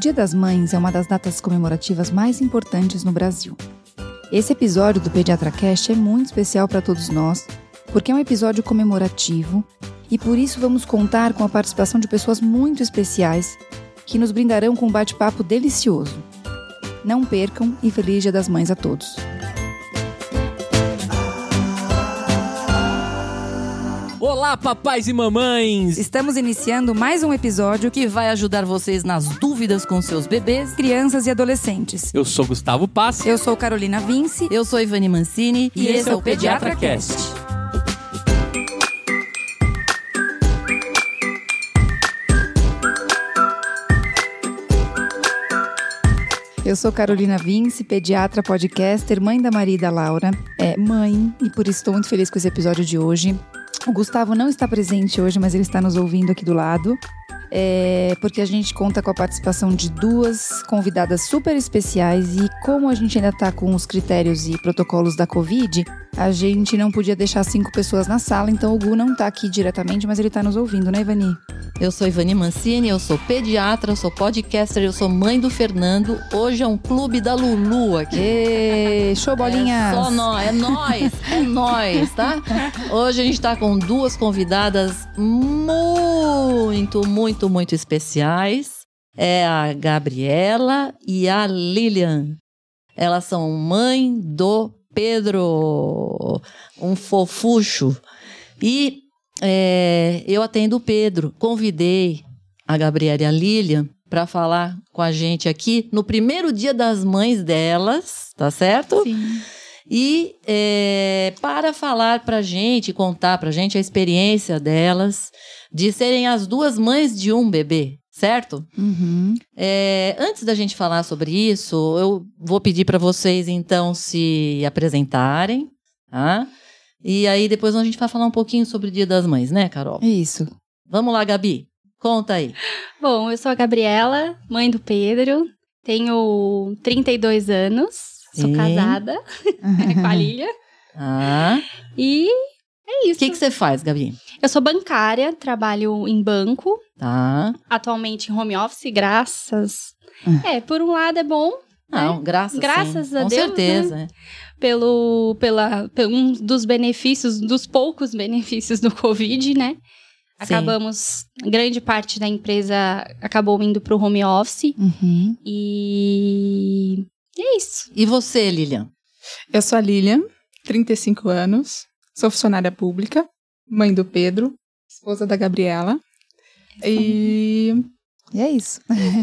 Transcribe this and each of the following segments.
Dia das Mães é uma das datas comemorativas mais importantes no Brasil. Esse episódio do PediatraCast é muito especial para todos nós, porque é um episódio comemorativo e por isso vamos contar com a participação de pessoas muito especiais que nos brindarão com um bate-papo delicioso. Não percam e feliz Dia das Mães a todos! Olá, papais e mamães! Estamos iniciando mais um episódio que vai ajudar vocês nas dúvidas com seus bebês, crianças e adolescentes. Eu sou Gustavo Passi. Eu sou Carolina Vince. Eu sou Ivani Mancini. E esse é o PediatraCast. Eu sou Carolina Vince, pediatra, podcaster, mãe da Maria e da Laura. Mãe, e por isso estou muito feliz com esse episódio de hoje. O Gustavo não está presente hoje, mas ele está nos ouvindo aqui do lado. Porque a gente conta com a participação de duas convidadas super especiais e como a gente ainda está com os critérios e protocolos da Covid, a gente não podia deixar 5 pessoas na sala, então o Gu não está aqui diretamente, mas ele está nos ouvindo, né, Ivani? Eu sou Ivani Mancini, eu sou pediatra, eu sou podcaster, eu sou mãe do Fernando. Hoje é um clube da Lulu aqui. Show, bolinhas! É só nós, é nós, tá? Hoje a gente tá com duas convidadas muito especiais. É a Gabriela e a Lilian. Elas são mãe do Pedro, um fofucho. E eu atendo o Pedro. Convidei a Gabriela e a Lilian para falar com a gente aqui no primeiro dia das mães delas, tá certo? Sim. E para falar pra gente, contar pra gente a experiência delas de serem as duas mães de um bebê, certo? Uhum. Antes da gente falar sobre isso, eu vou pedir para vocês então se apresentarem, tá? E aí depois a gente vai falar um pouquinho sobre o Dia das Mães, né, Carol? Isso. Vamos lá, Gabi, conta aí. Bom, eu sou a Gabriela, mãe do Pedro, tenho 32 anos, sou casada com a Lilian. E é isso. O que você faz, Gabi? Eu sou bancária, trabalho em banco, atualmente em home office, graças... por um lado é bom, não, né? Graças a Deus, certeza, né? Pelo um dos benefícios, dos poucos benefícios do Covid, né? Acabamos, grande parte da empresa acabou indo para o home office. Uhum. E é isso. E você, Lilian? Eu sou a Lilian, 35 anos, sou funcionária pública, mãe do Pedro, esposa da Gabriela. E é isso.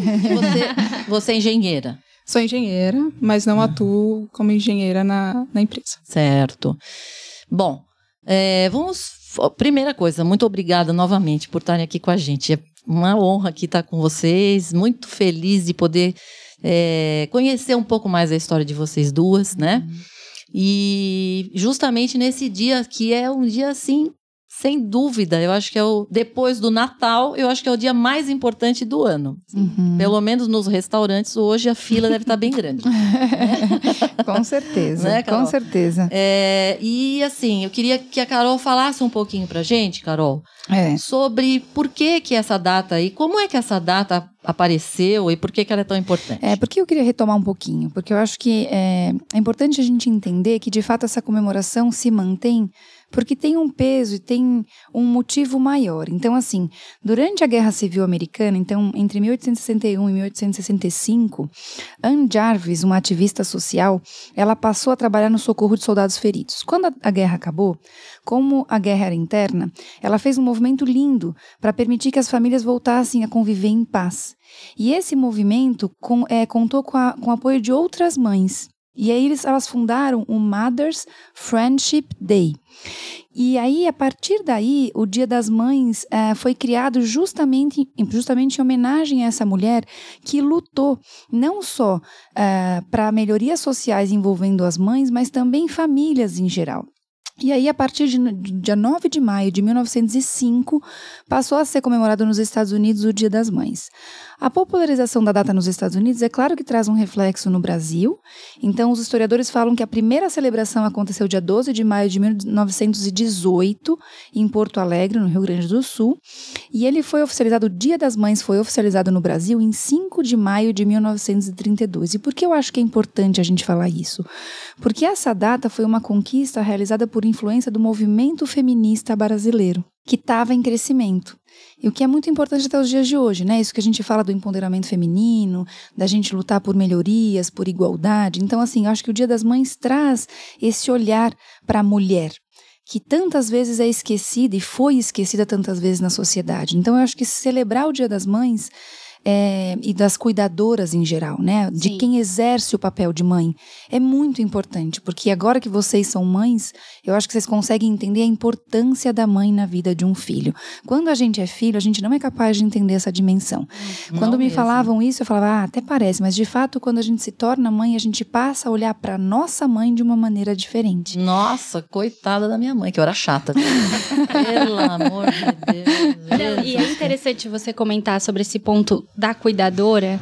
E você é engenheira? Sou engenheira, mas não atuo como engenheira na empresa. Certo. Bom, primeira coisa, muito obrigada novamente por estarem aqui com a gente. É uma honra aqui estar com vocês, muito feliz de poder conhecer um pouco mais a história de vocês duas, né? E justamente nesse dia, que é um dia assim, sem dúvida, eu acho que depois do Natal, eu acho que é o dia mais importante do ano. Uhum. Pelo menos nos restaurantes, hoje a fila deve estar bem grande. Com certeza, né, com certeza. E assim, eu queria que a Carol falasse um pouquinho pra gente, Carol, sobre por que essa data aí, como é que essa data apareceu e por que ela é tão importante. Porque eu queria retomar um pouquinho, porque eu acho que é importante a gente entender que de fato essa comemoração se mantém porque tem um peso e tem um motivo maior. Então, assim, durante a Guerra Civil Americana, então, entre 1861 e 1865, Anne Jarvis, uma ativista social, ela passou a trabalhar no socorro de soldados feridos. Quando a guerra acabou, como a guerra era interna, ela fez um movimento lindo para permitir que as famílias voltassem a conviver em paz. E esse movimento contou com o apoio de outras mães. E aí elas fundaram o Mother's Friendship Day. E aí, a partir daí, o Dia das Mães foi criado justamente em homenagem a essa mulher que lutou não só para melhorias sociais envolvendo as mães, mas também famílias em geral. E aí, a partir de dia 9 de maio de 1905, passou a ser comemorado nos Estados Unidos o Dia das Mães. A popularização da data nos Estados Unidos é claro que traz um reflexo no Brasil. Então, os historiadores falam que a primeira celebração aconteceu dia 12 de maio de 1918, em Porto Alegre, no Rio Grande do Sul. E ele foi oficializado, o Dia das Mães foi oficializado no Brasil em 5 de maio de 1932. E por que eu acho que é importante a gente falar isso? Porque essa data foi uma conquista realizada por influência do movimento feminista brasileiro, que estava em crescimento. E o que é muito importante até os dias de hoje, né? Isso que a gente fala do empoderamento feminino, da gente lutar por melhorias, por igualdade. Então, assim, eu acho que o Dia das Mães traz esse olhar para a mulher, que tantas vezes é esquecida e foi esquecida tantas vezes na sociedade. Então, eu acho que celebrar o Dia das Mães e das cuidadoras em geral, né? De quem exerce o papel de mãe, é muito importante, porque agora que vocês são mães, eu acho que vocês conseguem entender a importância da mãe na vida de um filho. Quando a gente é filho, a gente não é capaz de entender essa dimensão. Quando me falavam isso, eu falava, até parece, mas de fato, quando a gente se torna mãe, a gente passa a olhar para nossa mãe de uma maneira diferente. Nossa, coitada da minha mãe, que eu era chata. Pelo amor de Deus. Não, e é interessante você comentar sobre esse ponto da cuidadora,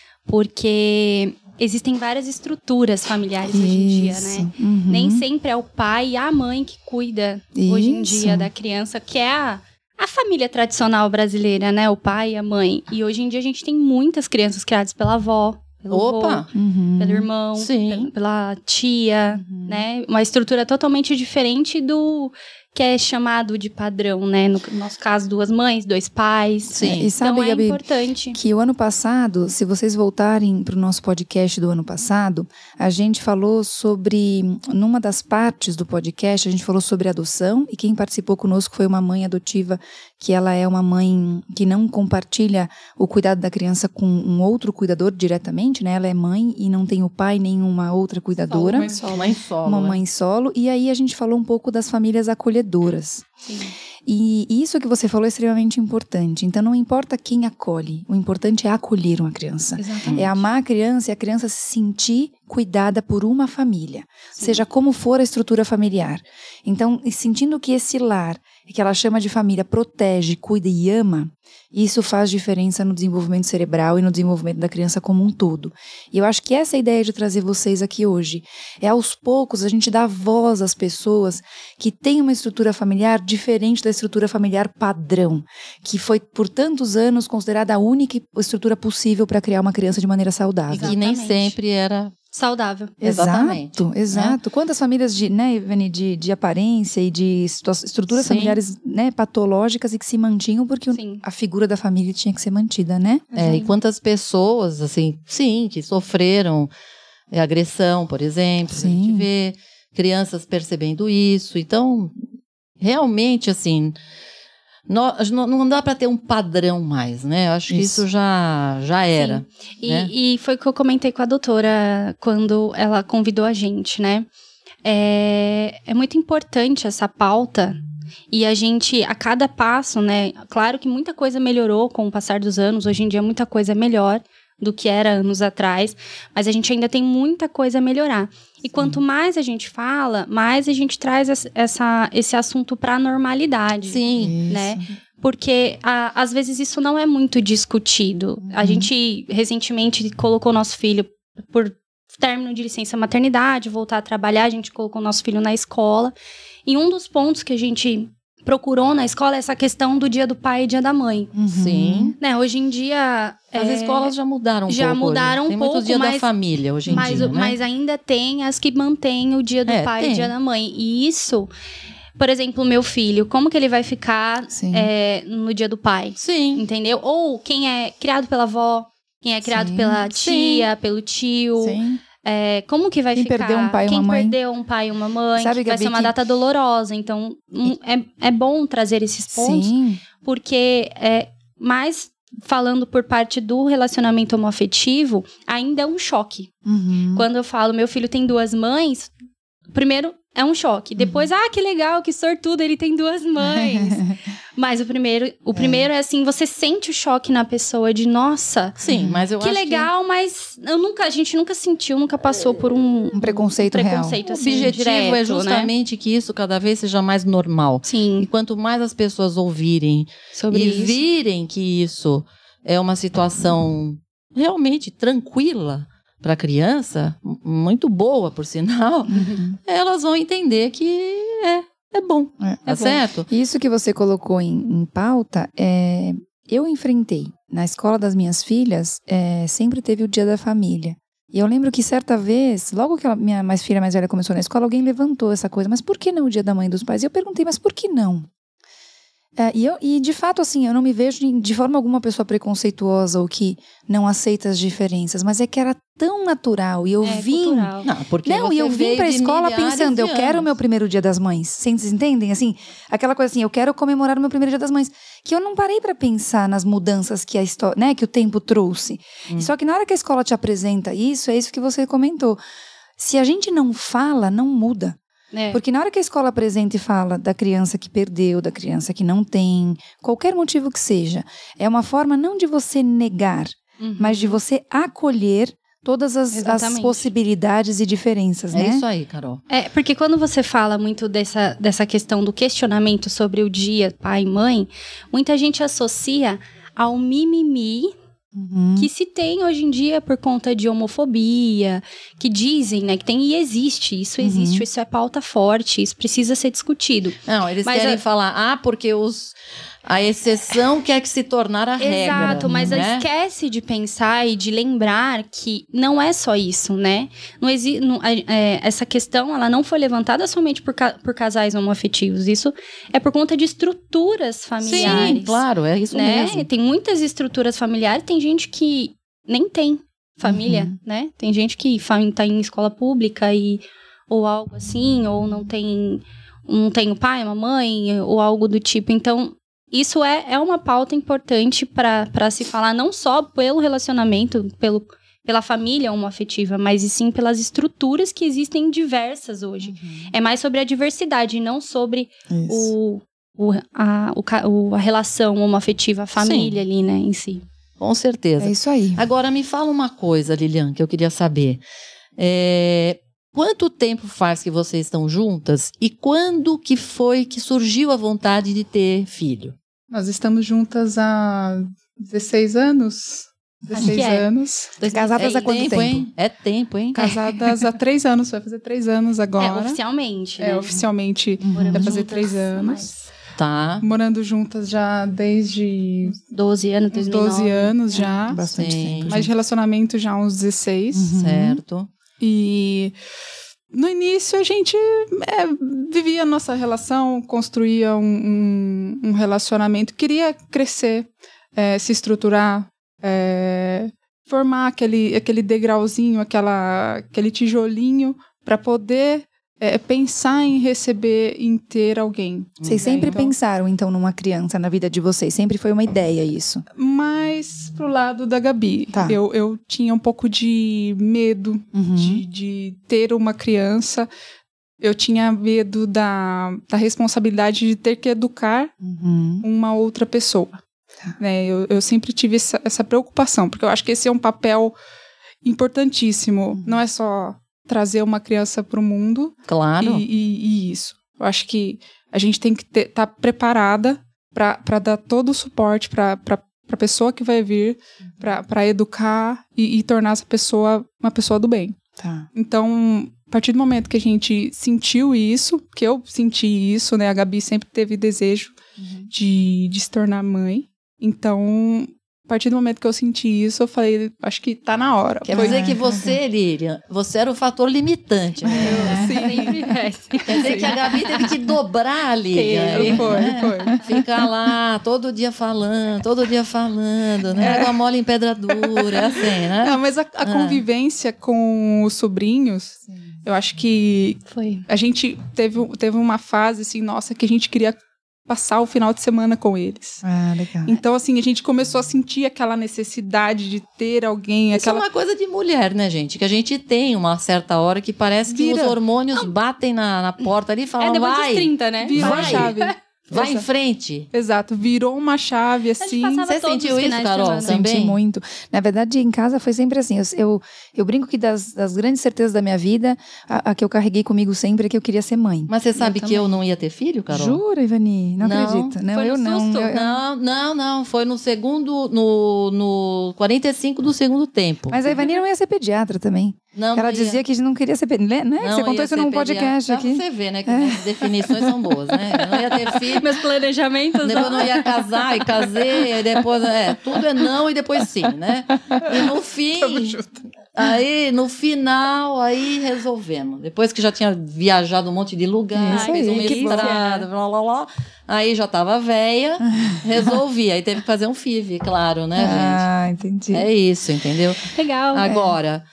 porque existem várias estruturas familiares hoje em dia, né? Uhum. Nem sempre é o pai e a mãe que cuida hoje em dia da criança, que é a família tradicional brasileira, né? O pai e a mãe. E hoje em dia a gente tem muitas crianças criadas pela avó, pelo avô, pelo irmão, pela tia, né? Uma estrutura totalmente diferente do que é chamado de padrão, né? No nosso caso, 2 mães, 2 pais. Sim. E sabe, então é Gabi, importante. Que o ano passado, se vocês voltarem para o nosso podcast do ano passado, a gente falou sobre, numa das partes do podcast, a gente falou sobre adoção, e quem participou conosco foi uma mãe adotiva, que ela é uma mãe que não compartilha o cuidado da criança com um outro cuidador diretamente, né? Ela é mãe e não tem o pai nem uma outra cuidadora. Mãe solo. Uma mãe solo. E aí a gente falou um pouco das famílias acolhedoras. Sim. E isso que você falou é extremamente importante. Então, não importa quem acolhe, o importante é acolher uma criança. Exatamente. É amar a criança e a criança se sentir cuidada por uma família, seja como for a estrutura familiar. Então, sentindo que esse lar, que ela chama de família, protege, cuida e ama, isso faz diferença no desenvolvimento cerebral e no desenvolvimento da criança como um todo. E eu acho que essa é a ideia de trazer vocês aqui hoje. É aos poucos a gente dar voz às pessoas que têm uma estrutura familiar diferente da estrutura familiar padrão, que foi por tantos anos considerada a única estrutura possível para criar uma criança de maneira saudável. E nem sempre era saudável. Exatamente. Exato. Quantas famílias de aparência e de estruturas familiares, né, patológicas e que se mantinham porque a figura da família tinha que ser mantida, né? E quantas pessoas, assim, que sofreram agressão, por exemplo. A gente vê crianças percebendo isso. Então, realmente, assim, não dá para ter um padrão mais, né? Eu acho que isso já era. Né? E foi o que eu comentei com a doutora quando ela convidou a gente, né? É muito importante essa pauta e a gente, a cada passo, né? Claro que muita coisa melhorou com o passar dos anos. Hoje em dia muita coisa é melhor do que era anos atrás, mas a gente ainda tem muita coisa a melhorar. E quanto mais a gente fala, mais a gente traz esse assunto para a normalidade. Sim. Né? Porque às vezes isso não é muito discutido. A gente recentemente colocou nosso filho por término de licença maternidade, voltar a trabalhar, a gente colocou nosso filho na escola. E um dos pontos que a gente procurou na escola é essa questão do dia do pai e dia da mãe. Sim. Né, hoje em dia... As escolas já mudaram um pouco. Já mudaram um pouco. Tem muitos dias da família hoje em dia, né? Mas ainda tem as que mantêm o dia do pai e o dia da mãe. E isso... Por exemplo, o meu filho, como que ele vai ficar no dia do pai? Sim. Entendeu? Ou quem é criado pela avó, quem é criado pela tia, pelo tio... Sim. Como que vai ficar? Quem perdeu um pai e uma mãe. Quem perdeu um pai e uma mãe. Sabe, vai Gabi, ser uma data dolorosa. Então, é bom trazer esses pontos. Sim. Porque, mais falando por parte do relacionamento homoafetivo, ainda é um choque. Quando eu falo, meu filho tem 2 mães... primeiro é um choque. Depois, que legal, que sortudo, ele tem 2 mães. Mas o primeiro é assim, você sente o choque na pessoa de, nossa, Sim, mas eu que acho legal, mas a gente nunca sentiu, nunca passou por um preconceito real. assim, o objetivo direto, é justamente que isso cada vez seja mais normal. Sim. E quanto mais as pessoas ouvirem Sobre e isso. virem que isso é uma situação realmente tranquila para a criança, muito boa, por sinal, elas vão entender que é bom, É certo? Isso que você colocou em pauta, eu enfrentei. Na escola das minhas filhas, sempre teve o Dia da Família. E eu lembro que certa vez, logo que minha filha mais velha começou na escola, alguém levantou essa coisa. Mas por que não o Dia da Mãe e dos Pais? E eu perguntei, mas por que não? E de fato, assim, eu não me vejo de forma alguma pessoa preconceituosa ou que não aceita as diferenças, mas é que era tão natural. E eu vim. Cultural. E eu vim pra escola pensando, eu quero o meu primeiro Dia das Mães. Vocês entendem? Assim, aquela coisa assim, eu quero comemorar o meu primeiro Dia das Mães. Que eu não parei pra pensar nas mudanças que a história, né, que o tempo trouxe. Só que na hora que a escola te apresenta isso, é isso que você comentou. Se a gente não fala, não muda. Porque na hora que a escola apresenta e fala da criança que perdeu, da criança que não tem, qualquer motivo que seja, é uma forma não de você negar, mas de você acolher todas as possibilidades e diferenças, né? É isso aí, Carol. Porque quando você fala muito dessa questão do questionamento sobre o dia pai e mãe, muita gente associa ao mimimi que se tem hoje em dia por conta de homofobia, que dizem, né, que tem e existe, isso é pauta forte, isso precisa ser discutido. Não, eles querem falar, porque a exceção quer que se tornar a regra. Exato, mas né? esquece de pensar e de lembrar que não é só isso, né? Essa questão, ela não foi levantada somente por casais homoafetivos, isso é por conta de estruturas familiares. Sim, claro, é isso mesmo. Tem muitas estruturas familiares, tem gente que nem tem família, né? Tem gente que tá em escola pública ou algo assim, ou não tem o pai, uma mãe, ou algo do tipo. Então, isso é uma pauta importante para se falar não só pelo relacionamento, pela família homoafetiva, mas e sim pelas estruturas que existem diversas hoje. É mais sobre a diversidade, não sobre a relação homoafetiva, a família ali, né, em si. Com certeza. É isso aí. Agora, me fala uma coisa, Lilian, que eu queria saber. Quanto tempo faz que vocês estão juntas e quando que foi que surgiu a vontade de ter filho? Nós estamos juntas há 16 anos. 16 anos. Casadas há quanto tempo? Hein? É tempo, hein? Casadas há 3 anos. Vai fazer 3 anos agora. Oficialmente, né? Oficialmente vai fazer 3 anos. Tá. Morando juntas já desde 12 anos, 2009. 12 anos já. Bastante tempo. Mas de relacionamento já há uns 16. Certo. E no início a gente vivia a nossa relação, construía um relacionamento, queria crescer, se estruturar, formar aquele degrauzinho, aquele tijolinho para poder pensar em receber, em ter alguém. Vocês sempre pensaram, então, numa criança na vida de vocês? Sempre foi uma ideia isso? Mas pro lado da Gabi, eu tinha um pouco de medo de ter uma criança. Eu tinha medo da responsabilidade de ter que educar uma outra pessoa. Né? Eu sempre tive essa preocupação, porque eu acho que esse é um papel importantíssimo. Não é só trazer uma criança para o mundo. Claro. E isso. Eu acho que a gente tem que estar preparada para dar todo o suporte para a pessoa que vai vir, para educar e tornar essa pessoa uma pessoa do bem. Tá. Então, a partir do momento que a gente sentiu isso, que eu senti isso, né? A Gabi sempre teve desejo de se tornar mãe. Então, a partir do momento que eu senti isso, eu falei, acho que tá na hora. Quer dizer que você, Lilian, você era o fator limitante, né? Quer dizer que a Gabi teve que dobrar a Lilian. Foi. Ficar lá todo dia falando, né? Água mole em pedra dura, é assim, né? Não, mas a convivência com os sobrinhos, eu acho que a gente teve uma fase, assim, nossa, que a gente queria passar o final de semana com eles. Legal. Então, assim, a gente começou a sentir aquela necessidade de ter alguém... Isso é uma coisa de mulher, né, gente? Que a gente tem uma certa hora que parece que os hormônios batem na porta ali e falam, depois vai, dos 30, né? Virou a chave. vai em frente. Exato, virou uma chave, assim. Você sentiu isso, Carol? Senti muito. Na verdade, em casa foi sempre assim. Eu brinco que das grandes certezas da minha vida, a que eu carreguei comigo sempre é que eu queria ser mãe. Mas você sabe que eu não ia ter filho, Carol? Jura, Ivani? Não acredito. Não, foi eu no não. susto? Não. Foi no segundo, no 45 do segundo tempo. Mas a Ivani não ia ser pediatra também. Não, ela dizia que não queria ser pediatra. Né? Você contou isso num podcast aqui. Você vê, né? Que as definições são boas, né? Eu não ia ter filho. Meus planejamentos. Depois eu não ia casar, e casei, e depois... tudo é não e depois sim, né? E no fim... Aí, no final, aí resolvemos. Depois que já tinha viajado um monte de lugar, fez um mestrado, blá, blá, blá. Aí já tava véia, resolvi. Aí teve que fazer um FIV, claro, né, gente? Entendi. É isso, entendeu? Legal. Agora,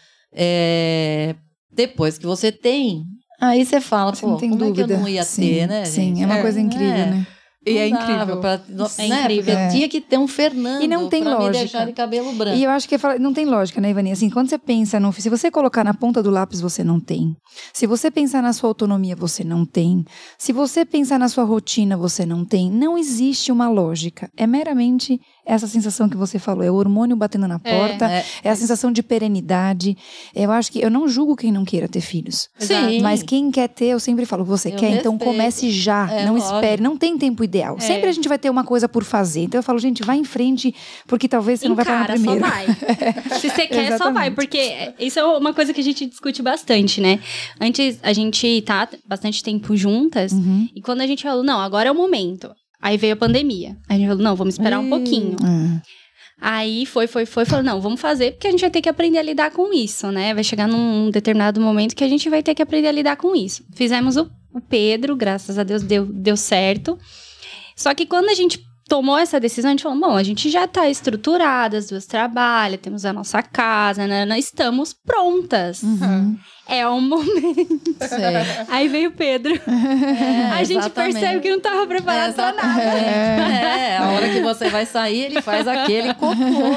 depois que você tem, aí você fala, Você não tem como dúvida. É que eu não ia ter, né, gente? Sim, é uma coisa incrível, né? E é incrível. Porque tinha que ter um Fernando e não tem pra lógica. me deixar de cabelo branco. E eu acho que não tem lógica, né, Ivani? Assim, quando você pensa se você colocar na ponta do lápis, você não tem. Se você pensar na sua autonomia, você não tem. Se você pensar na sua rotina, você não tem. Não existe uma lógica. É meramente essa sensação que você falou. É o hormônio batendo na porta. É a sensação de perenidade. Eu acho que eu não julgo quem não queira ter filhos. Sim. Mas quem quer ter, eu sempre falo, você quer? Então comece já. Não espere. Não tem tempo ideal. Sempre a gente vai ter uma coisa por fazer. Então eu falo, gente, vai em frente, porque talvez você não vai parar primeiro. Só vai. Se você quer, só vai. Porque isso é uma coisa que a gente discute bastante, né? Antes, a gente tá bastante tempo juntas. E quando a gente falou, não, agora é o momento. Aí veio a pandemia. Aí a gente falou, não, vamos esperar um pouquinho. Aí falou, não, vamos fazer, porque a gente vai ter que aprender a lidar com isso, né? Vai chegar num determinado momento que a gente vai ter que aprender a lidar com isso. Fizemos o Pedro, graças a Deus deu certo. Só que quando a gente tomou essa decisão, a gente falou, bom, a gente já tá estruturada, as duas trabalham, temos a nossa casa, né? Nós estamos prontas. É um momento. Aí veio o Pedro. A gente percebe que não estava preparado pra nada. A hora que você vai sair, ele faz aquele cocô.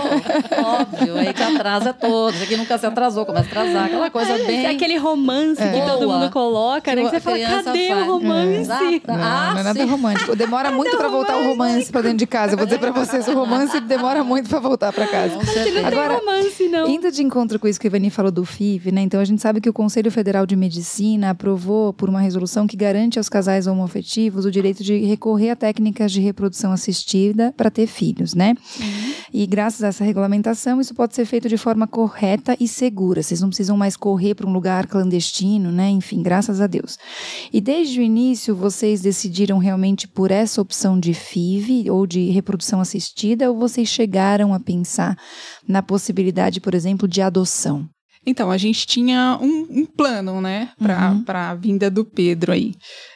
Óbvio, aí que atrasa todos. Aqui nunca se atrasou, começa a atrasar. Aquela coisa bem... Aquele romance que todo mundo coloca, né? Que você fala, cadê o romance? Não é nada romântico. Demora muito pra voltar o romance pra dentro de casa. Eu vou dizer pra vocês, o romance demora muito pra voltar pra casa. Agora, tem romance, não. Indo de encontro com isso que a Ivani falou do FIV, né? Então a gente sabe que o Conselho Federal de Medicina aprovou por uma resolução que garante aos casais homoafetivos o direito de recorrer a técnicas de reprodução assistida para ter filhos, né? E graças a essa regulamentação, isso pode ser feito de forma correta e segura. Vocês não precisam mais correr para um lugar clandestino, né? Enfim, graças a Deus. E desde o início, vocês decidiram realmente por essa opção de FIV ou de reprodução assistida, ou vocês chegaram a pensar na possibilidade, por exemplo, de adoção? Então, a gente tinha um plano, né, para a vinda do Pedro aí.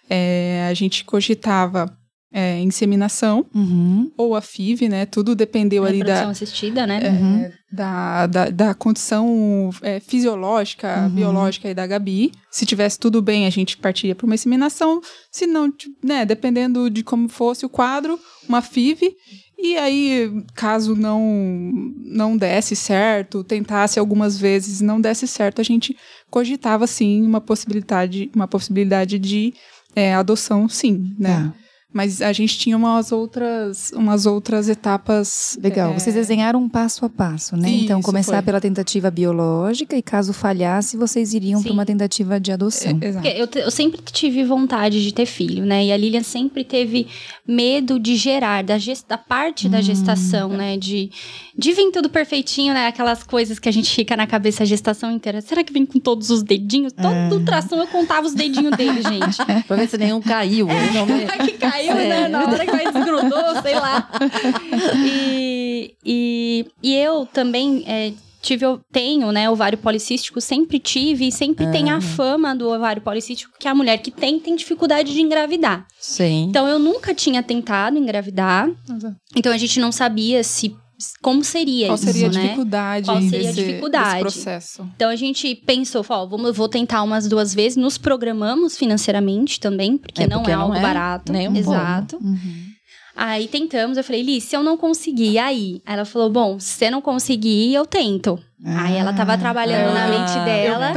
A gente cogitava inseminação ou a FIV, né, tudo dependeu ali da... Reprodução assistida, né? Da condição fisiológica, biológica aí da Gabi. Se tivesse tudo bem, a gente partiria para uma inseminação. Se não, né, dependendo de como fosse o quadro, uma FIV. E aí, caso não desse certo, tentasse algumas vezes, não desse certo, a gente cogitava, sim, uma possibilidade de adoção, sim, né? Mas a gente tinha umas outras etapas. Legal, vocês desenharam um passo a passo, né? Isso, então, começar pela tentativa biológica e caso falhasse, vocês iriam para uma tentativa de adoção. Exato. Eu sempre tive vontade de ter filho, né? E a Lilian sempre teve medo de gerar, da parte da gestação, né? De vir tudo perfeitinho, né? Aquelas coisas que a gente fica na cabeça a gestação inteira. Será que vem com todos os dedinhos? Toda ultrassom eu contava os dedinhos dele, gente. Pra ver se nenhum caiu. Que caiu, né? Na hora que vai desgrudou, sei lá. E eu também tenho, né, ovário policístico, sempre tive e sempre tem a fama do ovário policístico, que a mulher que tem dificuldade de engravidar. Sim. Então, eu nunca tinha tentado engravidar. Então, a gente não sabia se como seria Qual isso, seria a né? dificuldade Qual seria a desse dificuldade? processo? Então a gente pensou, vou tentar umas 2 vezes, nos programamos financeiramente também, porque não é algo barato. Nem um Exato. Aí tentamos, eu falei, Liz, se eu não conseguir, aí ela falou, bom, se você não conseguir, eu tento. Aí ela tava trabalhando na mente dela.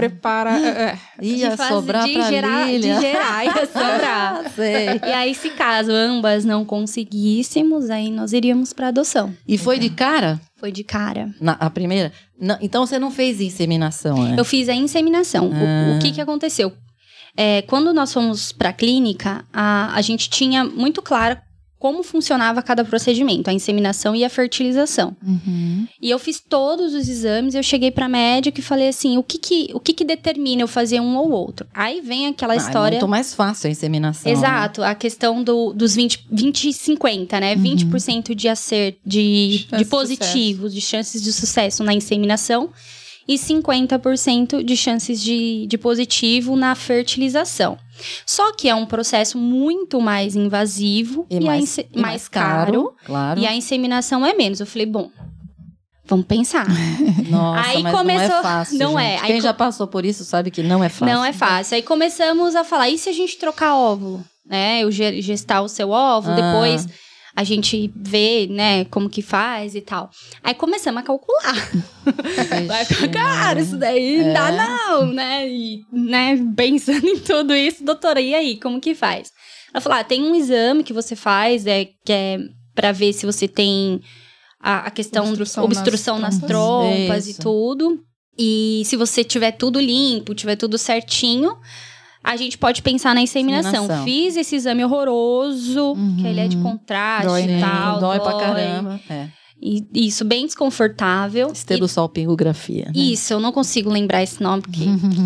Ia sobrar pra Lília. De gerar, ia sobrar. Sei. E aí, se caso ambas não conseguíssemos, aí nós iríamos pra adoção. E foi de cara? Foi de cara. A primeira? Não, então você não fez inseminação, né? Eu fiz a inseminação. O que aconteceu? Quando nós fomos pra clínica, a gente tinha muito claro como funcionava cada procedimento, a inseminação e a fertilização. E eu fiz todos os exames, eu cheguei pra médica e falei assim, o que determina eu fazer um ou outro? Aí vem aquela história... É muito mais fácil a inseminação. Exato, a questão dos 20 e 50, né? 20% de positivos, de chances de sucesso na inseminação e 50% de chances de positivo na fertilização. Só que é um processo muito mais invasivo e mais caro. Claro. E a inseminação é menos. Eu falei, bom, vamos pensar. Nossa, aí mas começou... não é fácil, não gente. é. Quem já passou por isso sabe que não é fácil. Não é fácil. Aí começamos a falar, e se a gente trocar óvulo? Né? Eu gestar o seu óvulo, depois... A gente vê, né, como que faz e tal. Aí começamos a calcular. Vai ficar caro isso daí, não dá não, né? E, né, pensando em tudo isso, doutora, e aí, como que faz? Ela falou, tem um exame que você faz, que é pra ver se você tem a questão obstrução nas trompas e tudo. E se você tiver tudo limpo, tiver tudo certinho... A gente pode pensar na inseminação. Fiz esse exame horroroso, que ele é de contraste e tal. Dói pra caramba. E isso, bem desconfortável. Esterossalpingografia. Isso, eu não consigo lembrar esse nome, porque...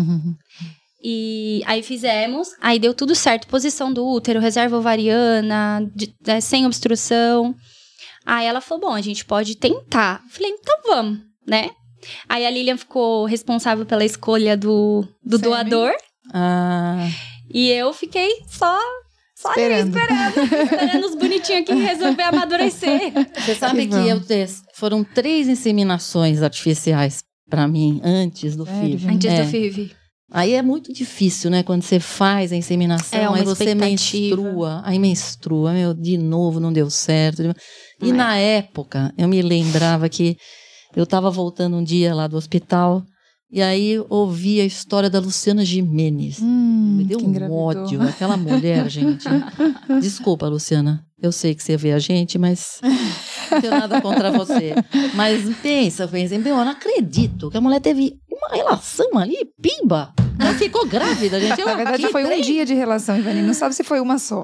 E aí fizemos, aí deu tudo certo. Posição do útero, reserva ovariana, sem obstrução. Aí ela falou, bom, a gente pode tentar. Falei, então vamos, né? Aí a Lilian ficou responsável pela escolha do doador. E eu fiquei só esperando os bonitinhos aqui resolver amadurecer. Você sabe que foram 3 inseminações artificiais pra mim antes do FIV. Antes do FIV. Aí é muito difícil, né? Quando você faz a inseminação, aí você menstrua, de novo não deu certo. E na época, eu me lembrava que eu tava voltando um dia lá do hospital. E aí eu ouvi a história da Luciana Gimenez. Me deu um ódio. Aquela mulher, gente. Desculpa, Luciana. Eu sei que você vê a gente, mas não tenho nada contra você. Mas pensa, eu não acredito que a mulher teve uma relação ali, pimba. Ela ficou grávida, gente. Na verdade, foi um dia de relação, Ivani. Não sabe se foi uma só.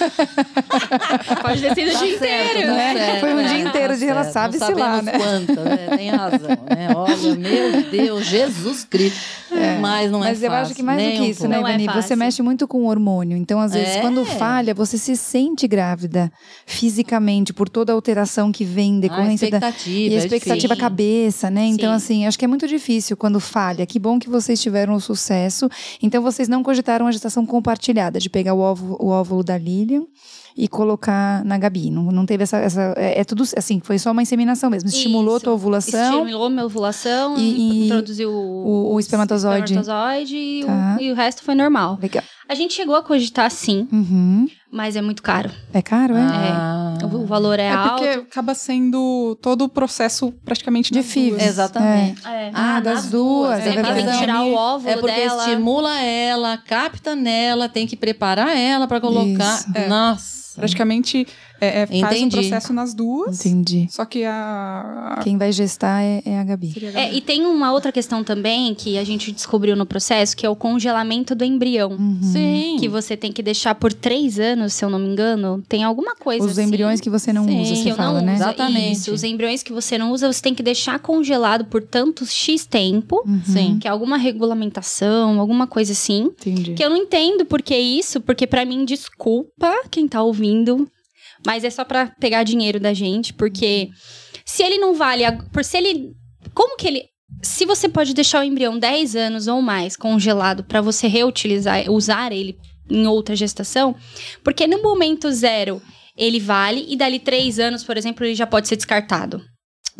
Pode ter sido o dia inteiro, né? Certo, foi um dia inteiro de relação, sabe-se lá, né? Quanta, né? Tem razão, né? Olha, meu Deus, Jesus Cristo. Mas não é fácil. Mas eu acho que mais do que isso, né, Ivani? Você mexe muito com o hormônio. Então, às vezes, quando falha, você se sente grávida fisicamente, por toda a alteração que vem em decorrência expectativa, e a expectativa cabeça, né? Então, Sim. assim, acho que é muito difícil quando falha. Que bom que vocês tiveram o sucesso. Então, vocês não cogitaram a gestação compartilhada, de pegar o óvulo da Lilian e colocar na Gabi. Não teve essa é tudo assim, foi só uma inseminação mesmo. Estimulou a tua ovulação. Estimulou minha ovulação, introduziu o espermatozoide. E o resto foi normal. Legal. A gente chegou a cogitar sim, mas é muito caro. É caro, O valor é alto. Porque acaba sendo todo o processo praticamente de FIV. Exatamente. Das duas. É verdade. Tem que tirar o óvulo É porque dela. estimula ela, capta nela, tem que preparar ela pra colocar. Isso. Nossa. Praticamente faz um processo nas duas. Entendi. Só que quem vai gestar é a Gabi. E tem uma outra questão também que a gente descobriu no processo, que é o congelamento do embrião. Sim. Que você tem que deixar por 3 anos, se eu não me engano. Tem alguma coisa Os embriões que você não usa, você fala, né? Exatamente. Isso, os embriões que você não usa, você tem que deixar congelado por tanto X tempo. Sim. Que é alguma regulamentação, alguma coisa assim. Entendi. Que eu não entendo por que isso, porque pra mim, desculpa quem tá ouvindo, mas é só pra pegar dinheiro da gente, porque se ele não vale... Como que ele... Se você pode deixar o embrião 10 anos ou mais congelado pra você reutilizar, usar ele em outra gestação, porque no momento 0 ele vale e dali 3 anos, por exemplo, ele já pode ser descartado.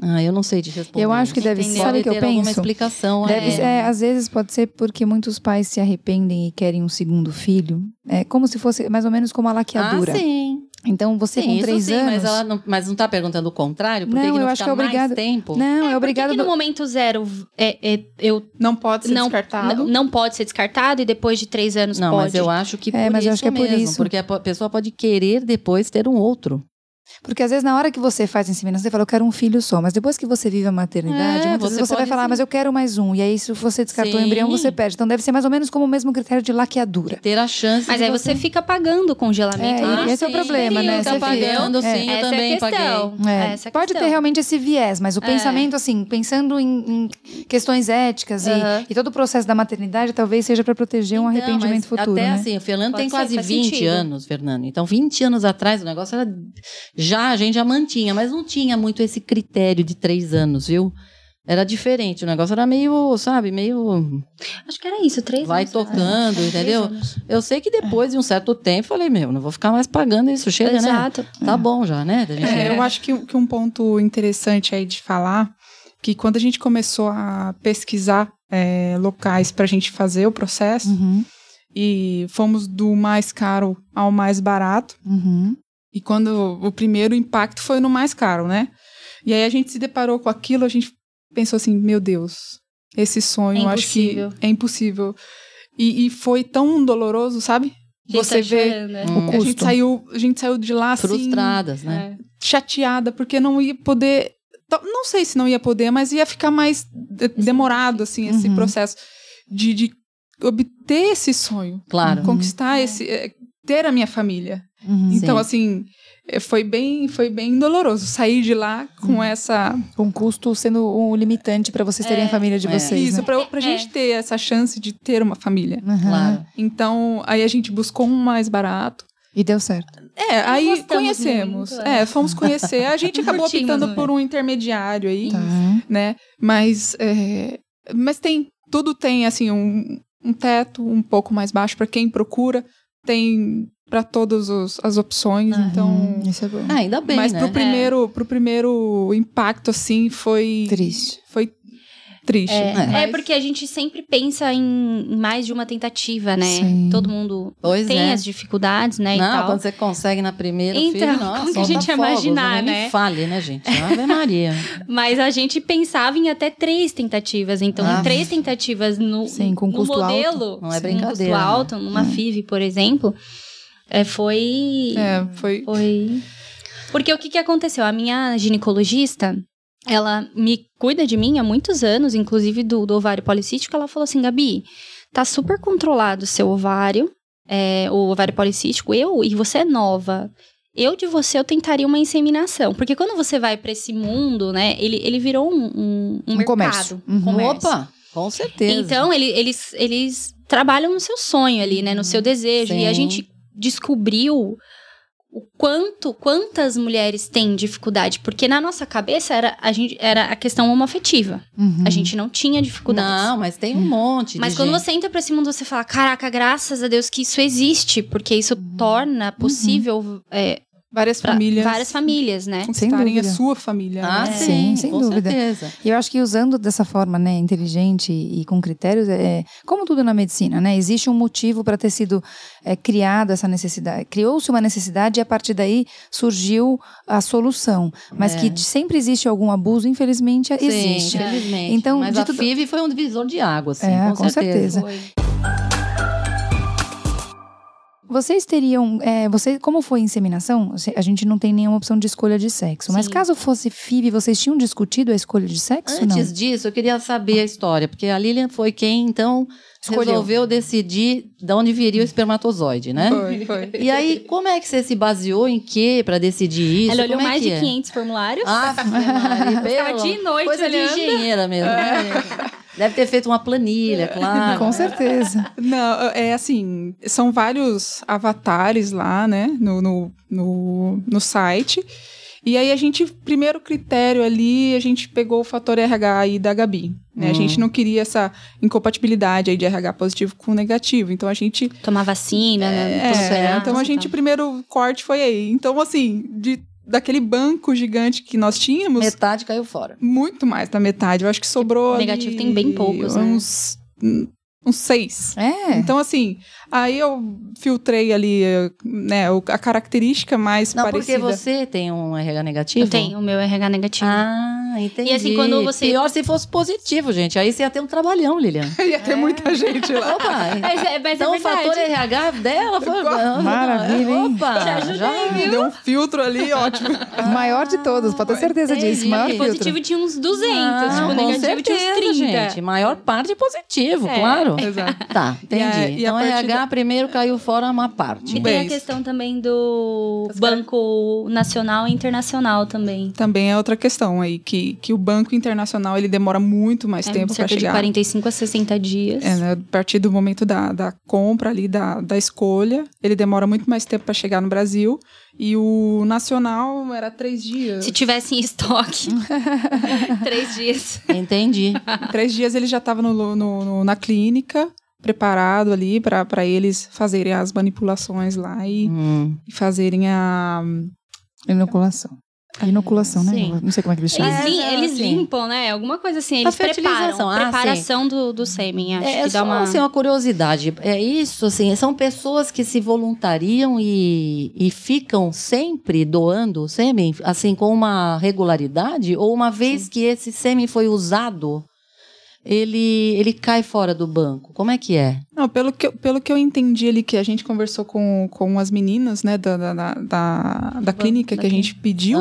Eu não sei te responder. Eu acho que deve ser, sabe o que eu penso? Alguma explicação. Às vezes pode ser porque muitos pais se arrependem e querem um segundo filho. É como se fosse mais ou menos como a laqueadura. Sim. Então, você com 3 anos... Mas não está perguntando o contrário? Por que não, que eu não acho que é obrigado... mais tempo? Não, é obrigado... Por que no momento 0 eu... Não pode ser descartado? Não pode ser descartado e depois de 3 anos pode? Não, mas eu acho que mas eu acho que é por mesmo. isso. Porque a pessoa pode querer depois ter um outro. Porque às vezes na hora que você faz a inseminação, você fala, eu quero um filho só. Mas depois que você vive a maternidade, muitas vezes você vai falar, mas eu quero mais um. E aí se você descartou o embrião, você perde. Então deve ser mais ou menos como o mesmo critério de laqueadura. Ter a chance. Mas aí você fica pagando o congelamento. Esse é o problema, né? Você pagando, sim, eu também paguei. Pode ter realmente esse viés, mas o pensamento, assim, pensando em questões éticas e todo o processo da maternidade, talvez seja para proteger um arrependimento futuro, até né? assim, o Fernando tem quase 20 anos, Fernando. Então, 20 anos atrás, o negócio era... a gente já mantinha, mas não tinha muito esse critério de 3 anos, viu? Era diferente, o negócio era meio, sabe, meio... Acho que era isso, 3 anos. Vai tocando, entendeu? Eu sei que depois de um certo tempo, falei, não vou ficar mais pagando isso, chega, Exato. Né? Tá bom já, né? Eu acho que um ponto interessante aí de falar, que quando a gente começou a pesquisar locais pra gente fazer o processo, e fomos do mais caro ao mais barato, e quando o primeiro impacto foi no mais caro, né? E aí a gente se deparou com aquilo, a gente pensou assim, meu Deus, esse sonho, acho que é impossível. E foi tão doloroso, sabe? Você vê o custo. A gente saiu de lá frustradas, assim, né? Chateada, porque não ia poder... Não sei se não ia poder, mas ia ficar mais demorado, assim, esse processo de obter esse sonho. Claro. Conquistar ter a minha família. Então, assim, foi bem doloroso sair de lá com essa... Com custo sendo um limitante para vocês terem a família de vocês. Isso, né? pra gente ter essa chance de ter uma família. Claro. Então, aí a gente buscou um mais barato. E deu certo. Aí conhecemos. Muito, fomos conhecer. A gente acabou optando por um intermediário aí, né? Mas tudo tem, assim, um teto um pouco mais baixo para quem procura. Tem para todas as opções, então... Isso é bom. Ainda bem, mas né? pro primeiro impacto, assim, foi... Triste. Foi triste. Porque a gente sempre pensa em mais de uma tentativa, né? Sim. Todo mundo tem as dificuldades, né? Não, e tal. quando você consegue na primeira, então, filho, nossa, como que a gente ia imaginar, né? Nem fale, né, gente? Ave Maria. Mas a gente pensava em até 3 tentativas. Então, 3 tentativas no custo modelo, alto. Não é brincadeira. Com custo alto, numa FIV, por exemplo, foi... Porque o que aconteceu? A minha ginecologista... Ela me cuida de mim há muitos anos, inclusive do ovário policístico. Ela falou assim, Gabi, tá super controlado o seu ovário, o ovário policístico, e você é nova. Eu tentaria uma inseminação. Porque quando você vai pra esse mundo, né, ele virou um mercado. Comércio. Opa, com certeza. Então, eles trabalham no seu sonho ali, né, no seu desejo. Sim. E a gente descobriu... quantas mulheres têm dificuldade, porque na nossa cabeça era a questão homoafetiva. A gente não tinha dificuldades. Não, mas tem um monte Mas quando você entra pra esse mundo, você fala, caraca, graças a Deus que isso existe, porque isso torna possível várias famílias, né? Conquistarem a sua família. Né? Sim, sem dúvida. Certeza. E eu acho que usando dessa forma, né, inteligente e com critérios, como tudo na medicina, né, existe um motivo para ter sido criado essa necessidade. Criou-se uma necessidade e a partir daí surgiu a solução. Mas que sempre existe algum abuso, infelizmente, existe. Sim, infelizmente. Então, mas a FIV foi um divisor de água, assim, com certeza. Vocês teriam... como foi inseminação, a gente não tem nenhuma opção de escolha de sexo. Mas caso fosse FIV, vocês tinham discutido a escolha de sexo? Antes disso, eu queria saber a história. Porque a Lilian foi quem, então, resolveu decidir de onde viria o espermatozoide, né? Foi. E aí, como é que você se baseou em quê para decidir isso? Ela olhou mais de 500 formulários. Ficava de noite coisa olhando. de engenheira mesmo. Deve ter feito uma planilha, claro. Com certeza. Não, assim, são vários avatares lá, né, no site. E aí primeiro critério ali, a gente pegou o fator RH aí da Gabi. Né? A gente não queria essa incompatibilidade aí de RH positivo com negativo. Então a gente... Tomar vacina, né? Então a gente, primeiro corte foi aí. Então, assim, daquele banco gigante que nós tínhamos... Metade caiu fora. Muito mais da metade. Eu acho que sobrou negativo ali tem bem poucos, né? Uns 6. Então, assim, aí eu filtrei ali, né, a característica mais parecida. Porque você tem um RH negativo? Eu tenho, o meu RH negativo. Ah, entendi. E assim, quando você... Pior se fosse positivo, gente. Aí você ia ter um trabalhão, Lilian. Ia ter muita gente lá. Opa! Mas então é o fator RH dela foi... Maravilha, hein? Opa! Te ajudei, viu? Deu um filtro ali, ótimo. O maior de todos, pode ter certeza disso. Maior E filtro. positivo tinha uns 200, Não, tipo, com negativo tinha uns certeza, 30. gente. Maior parte positivo, claro. Exato. Tá, entendi. E a então, RH primeiro caiu fora uma parte. E tem a questão também do Banco Nacional e Internacional também. Também é outra questão aí, que o Banco Internacional, ele demora muito mais tempo para cerca chegar. de 45 a 60 dias. Né, a partir do momento da compra ali, da escolha, ele demora muito mais tempo para chegar no Brasil. E o Nacional era 3 dias. Se tivesse em estoque. 3 dias. Entendi. Em 3 dias ele já estava na clínica, preparado ali para eles fazerem as manipulações lá e fazerem a... Inoculação. Inoculação, né? Sim. Não sei como é que eles chamam. Eles limpam, né? Alguma coisa assim. Eles preparam. Preparação do sêmen, acho que dá uma... assim, uma curiosidade. É isso, assim, são pessoas que se voluntariam e ficam sempre doando sêmen, assim, com uma regularidade? Ou uma vez que esse sêmen foi usado, ele cai fora do banco? Como é que é? Não, pelo que eu entendi ali, que a gente conversou com as meninas, né, da clínica que a gente pediu,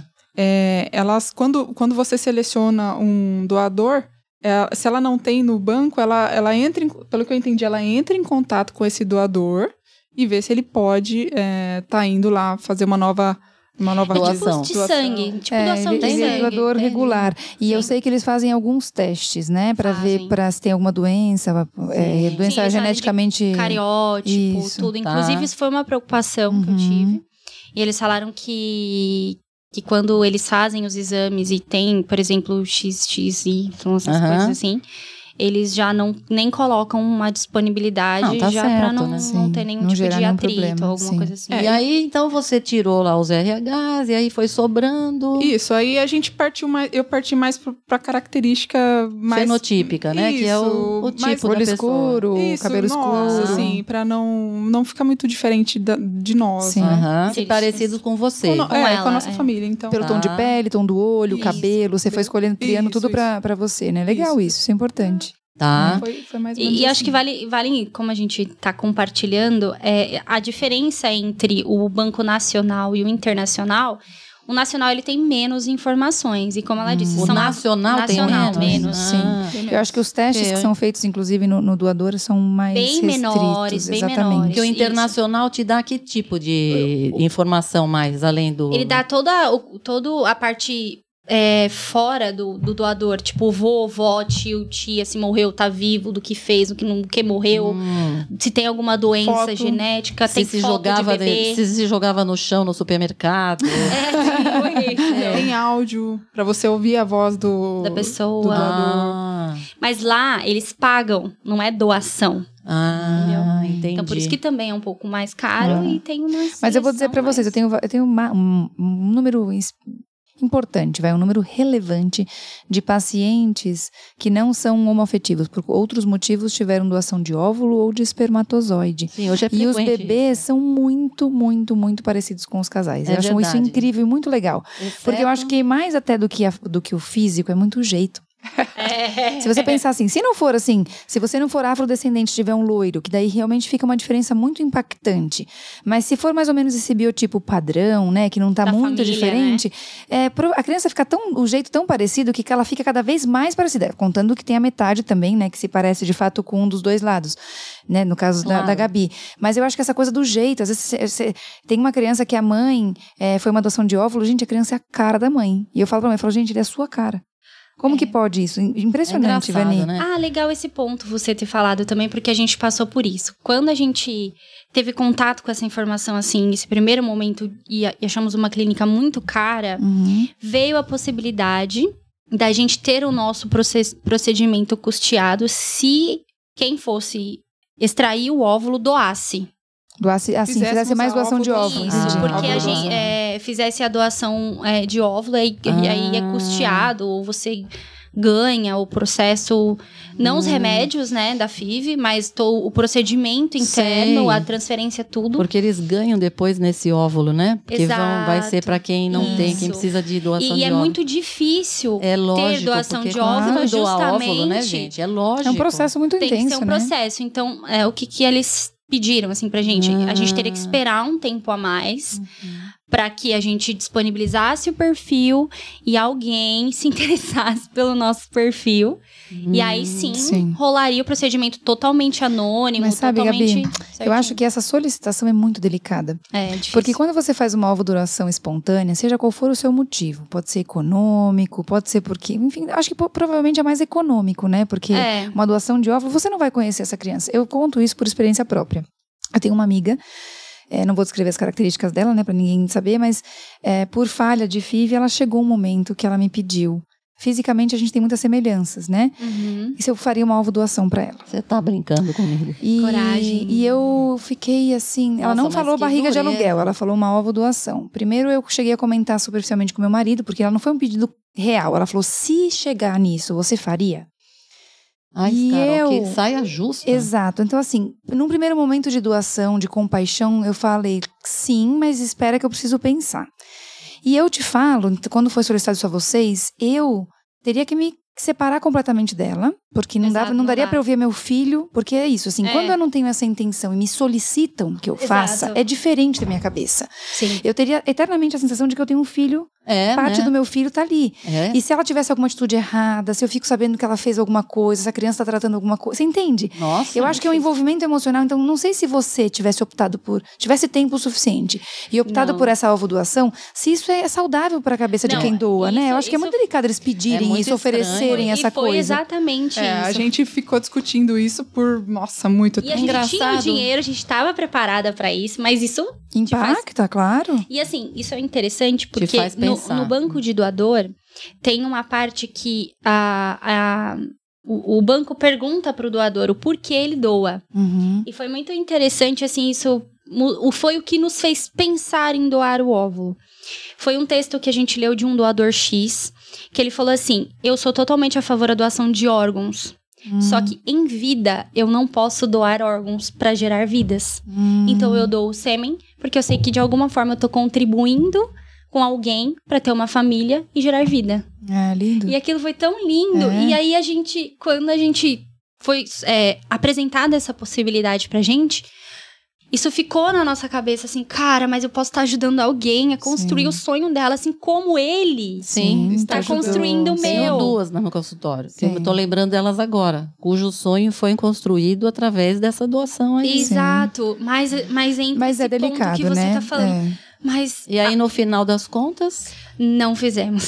elas, quando você seleciona um doador, se ela não tem no banco, ela entra, pelo que eu entendi, ela entra em contato com esse doador e vê se ele pode tá indo lá fazer uma nova doação. Tipo de sangue. Tipo doação de tem sangue. doador regular. E eu sei que eles fazem alguns testes, né? Pra ver se tem alguma doença. Doença geneticamente... Cariótipo, tudo. Inclusive, isso foi uma preocupação que eu tive. E eles falaram que quando eles fazem os exames e tem, por exemplo, XXY, essas coisas assim... Eles já nem colocam uma disponibilidade já certo, pra não né? ter nenhum não tipo de atrito problema, ou alguma coisa assim. E aí, então, você tirou lá os RHs e aí foi sobrando... Isso, aí a gente eu parti mais pra característica mais... fenotípica, né? Isso, que é o tipo da olho pessoa. escuro, Isso, cabelo escuro. Assim, pra não ficar muito diferente de nós, Sim. né? E parecido com você. Com a nossa família, então. Pelo tom de pele, tom do olho, Isso. cabelo, você foi escolhendo, criando tudo pra você, né? Legal isso é importante. Tá. Foi mais ou menos E acho assim. que vale, como a gente está compartilhando, a diferença entre o Banco Nacional e o Internacional. O Nacional, ele tem menos informações. E como ela disse... O Nacional tem menos? Sim. Eu acho que os testes que são feitos, inclusive, no doador, são mais bem restritos. menores, bem exatamente. menores. Porque o Internacional te dá que tipo de informação mais, além do... Ele dá toda a parte... fora do doador, tipo vovó, tio, tia, se morreu, tá vivo, do que fez, do que morreu, se tem alguma doença genética, tem foto de bebê. Se se jogava no chão no supermercado. Tem áudio pra você ouvir a voz da pessoa. do doador. Mas lá, eles pagam, não é doação. Entendi. Então, por isso que também é um pouco mais caro e tem uma Mas eu vou dizer pra vocês, eu tenho um número importante, um número relevante de pacientes que não são homoafetivos, por outros motivos tiveram doação de óvulo ou de espermatozoide. Sim, hoje é e os frequente bebês são muito, muito, muito parecidos com os casais. Eu acho isso incrível e muito legal. Porque eu acho que mais até do que o físico, é muito o jeito. Se você pensar assim, se você não for afrodescendente, tiver um loiro, que daí realmente fica uma diferença muito impactante. Mas se for mais ou menos esse biotipo padrão, né, que não tá muito família, diferente, né? A criança fica o jeito tão parecido que ela fica cada vez mais parecida, contando que tem a metade também, né, que se parece de fato com um dos dois lados, né, no caso da Gabi. Mas eu acho que essa coisa do jeito, às vezes tem uma criança que a mãe foi uma adoção de óvulo, gente, a criança é a cara da mãe. E eu falo pra mãe, gente, ele é a sua cara. Como que pode isso? Impressionante, Vani. Né? Legal esse ponto você ter falado também, porque a gente passou por isso. Quando a gente teve contato com essa informação, assim, nesse primeiro momento, e achamos uma clínica muito cara, veio a possibilidade da gente ter o nosso procedimento custeado se quem fosse extrair o óvulo doasse. Fizesse mais doação de óvulos. Isso, porque a gente fizesse a doação de óvulo, aí é custeado, ou você ganha o processo, não os remédios, né, da FIV, mas o procedimento interno, a transferência, tudo. Porque eles ganham depois nesse óvulo, né? Porque vai ser para quem não tem, quem precisa de doação de óvulo. E é muito difícil lógico, ter doação de óvulo, justamente. Óvulo, né, gente? É lógico. É um processo muito intenso, tem que ser um né? processo. Então, o que eles pediram, assim, pra gente? A gente teria que esperar um tempo a mais para que a gente disponibilizasse o perfil e alguém se interessasse pelo nosso perfil. E aí sim, rolaria o procedimento totalmente anônimo, mas sabe, totalmente Gabi, eu acho que essa solicitação é muito delicada. É difícil. Porque quando você faz uma ovodoação espontânea, seja qual for o seu motivo, pode ser econômico, pode ser porque, enfim, acho que provavelmente é mais econômico, né? Porque uma doação de óvulo, você não vai conhecer essa criança. Eu conto isso por experiência própria. Eu tenho uma amiga, não vou descrever as características dela, né, pra ninguém saber, mas por falha de FIV, ela chegou um momento que ela me pediu. Fisicamente, a gente tem muitas semelhanças, né? E se eu faria uma ovodoação pra ela? Você tá brincando comigo. Coragem. E eu fiquei assim... Nossa, ela não falou barriga de dureza. aluguel, ela falou uma ovodoação. Primeiro, eu cheguei a comentar superficialmente com meu marido, porque ela não foi um pedido real. Ela falou, se chegar nisso, você faria? Ai, Carol, que saia justa. Exato. Então, assim, num primeiro momento de doação, de compaixão, eu falei, sim, mas espera que eu preciso pensar. E eu te falo, quando foi solicitado isso a vocês, eu teria que me separar completamente dela, porque não daria pra eu ver meu filho, porque é isso, assim, quando eu não tenho essa intenção e me solicitam que eu faça, é diferente da minha cabeça. Sim. Eu teria eternamente a sensação de que eu tenho um filho, parte do meu filho tá ali. E se ela tivesse alguma atitude errada, se eu fico sabendo que ela fez alguma coisa, se a criança tá tratando alguma coisa, você entende? Nossa. Eu acho que é um envolvimento emocional, então não sei se você tivesse tempo suficiente e optado por essa ovodoação, se isso é saudável para a cabeça de quem doa, né? Eu acho que é muito delicado eles pedirem isso, oferecerem essa coisa. Foi exatamente isso. A gente ficou discutindo isso por, muito tempo. E a gente tinha o dinheiro, a gente estava preparada para isso, mas isso impacta, claro. E assim, isso é interessante porque no banco de doador tem uma parte que o banco pergunta pro doador o porquê ele doa. E foi muito interessante, assim, isso foi o que nos fez pensar em doar o óvulo. Foi um texto que a gente leu de um doador X, que ele falou assim, eu sou totalmente a favor da doação de órgãos. Só que em vida, eu não posso doar órgãos para gerar vidas. Então eu dou o sêmen, porque eu sei que de alguma forma eu tô contribuindo com alguém para ter uma família e gerar vida. Lindo. E aquilo foi tão lindo. E aí quando a gente foi apresentada essa possibilidade pra gente, isso ficou na nossa cabeça, assim, cara, mas eu posso estar ajudando alguém a construir o sonho dela, assim, como ele está construindo o meu. Tenho duas no meu consultório. Eu tô lembrando delas agora, cujo sonho foi construído através dessa doação aí. Exato, mas é delicado, ponto que você tá falando. E aí, no final das contas... Não fizemos.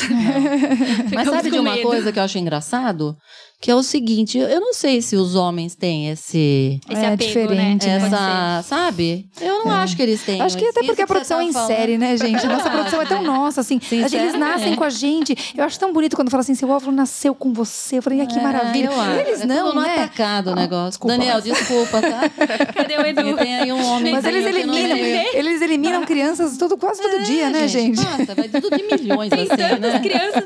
Mas sabe de uma coisa que eu acho engraçado? Que é o seguinte, eu não sei se os homens têm esse apego, diferente, né? Sabe? Eu não acho que eles têm. Acho que até porque a produção é em série, né, gente? A nossa produção é tão nossa, assim. Eles nascem com a gente. Eu acho tão bonito quando fala assim, seu óvulo nasceu com você. Eu falei, que maravilha. Eles não, tudo né? atacado o negócio. Desculpa, Daniel, desculpa, tá? Cadê o Edu? Tem aí um homem. Mas eles eliminam crianças quase todo dia, né, gente? Nossa, vai tudo de milhões, tem assim, tantas né? crianças.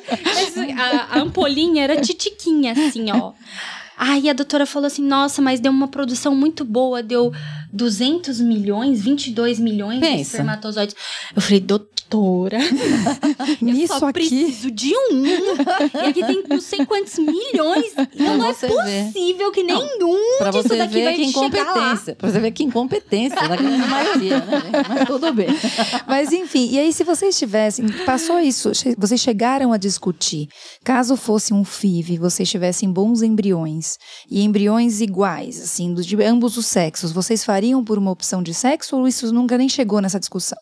A ampolinha era titiquinha, assim, ó. Aí a doutora falou assim, nossa, mas deu uma produção muito boa, deu 200 milhões, 22 milhões de espermatozoides. Eu falei, doutora, eu só preciso de um. E aqui tem não sei quantos milhões. Então não é possível que nenhum disso daqui vai chegar lá. Pra você ver que incompetência da grande maioria, né? Mas tudo bem. Mas enfim, e aí se vocês passou isso, vocês chegaram a discutir, caso fosse um FIV, vocês tivessem bons embriões, e embriões iguais, assim, de ambos os sexos, vocês fariam por uma opção de sexo ou isso nunca nem chegou nessa discussão?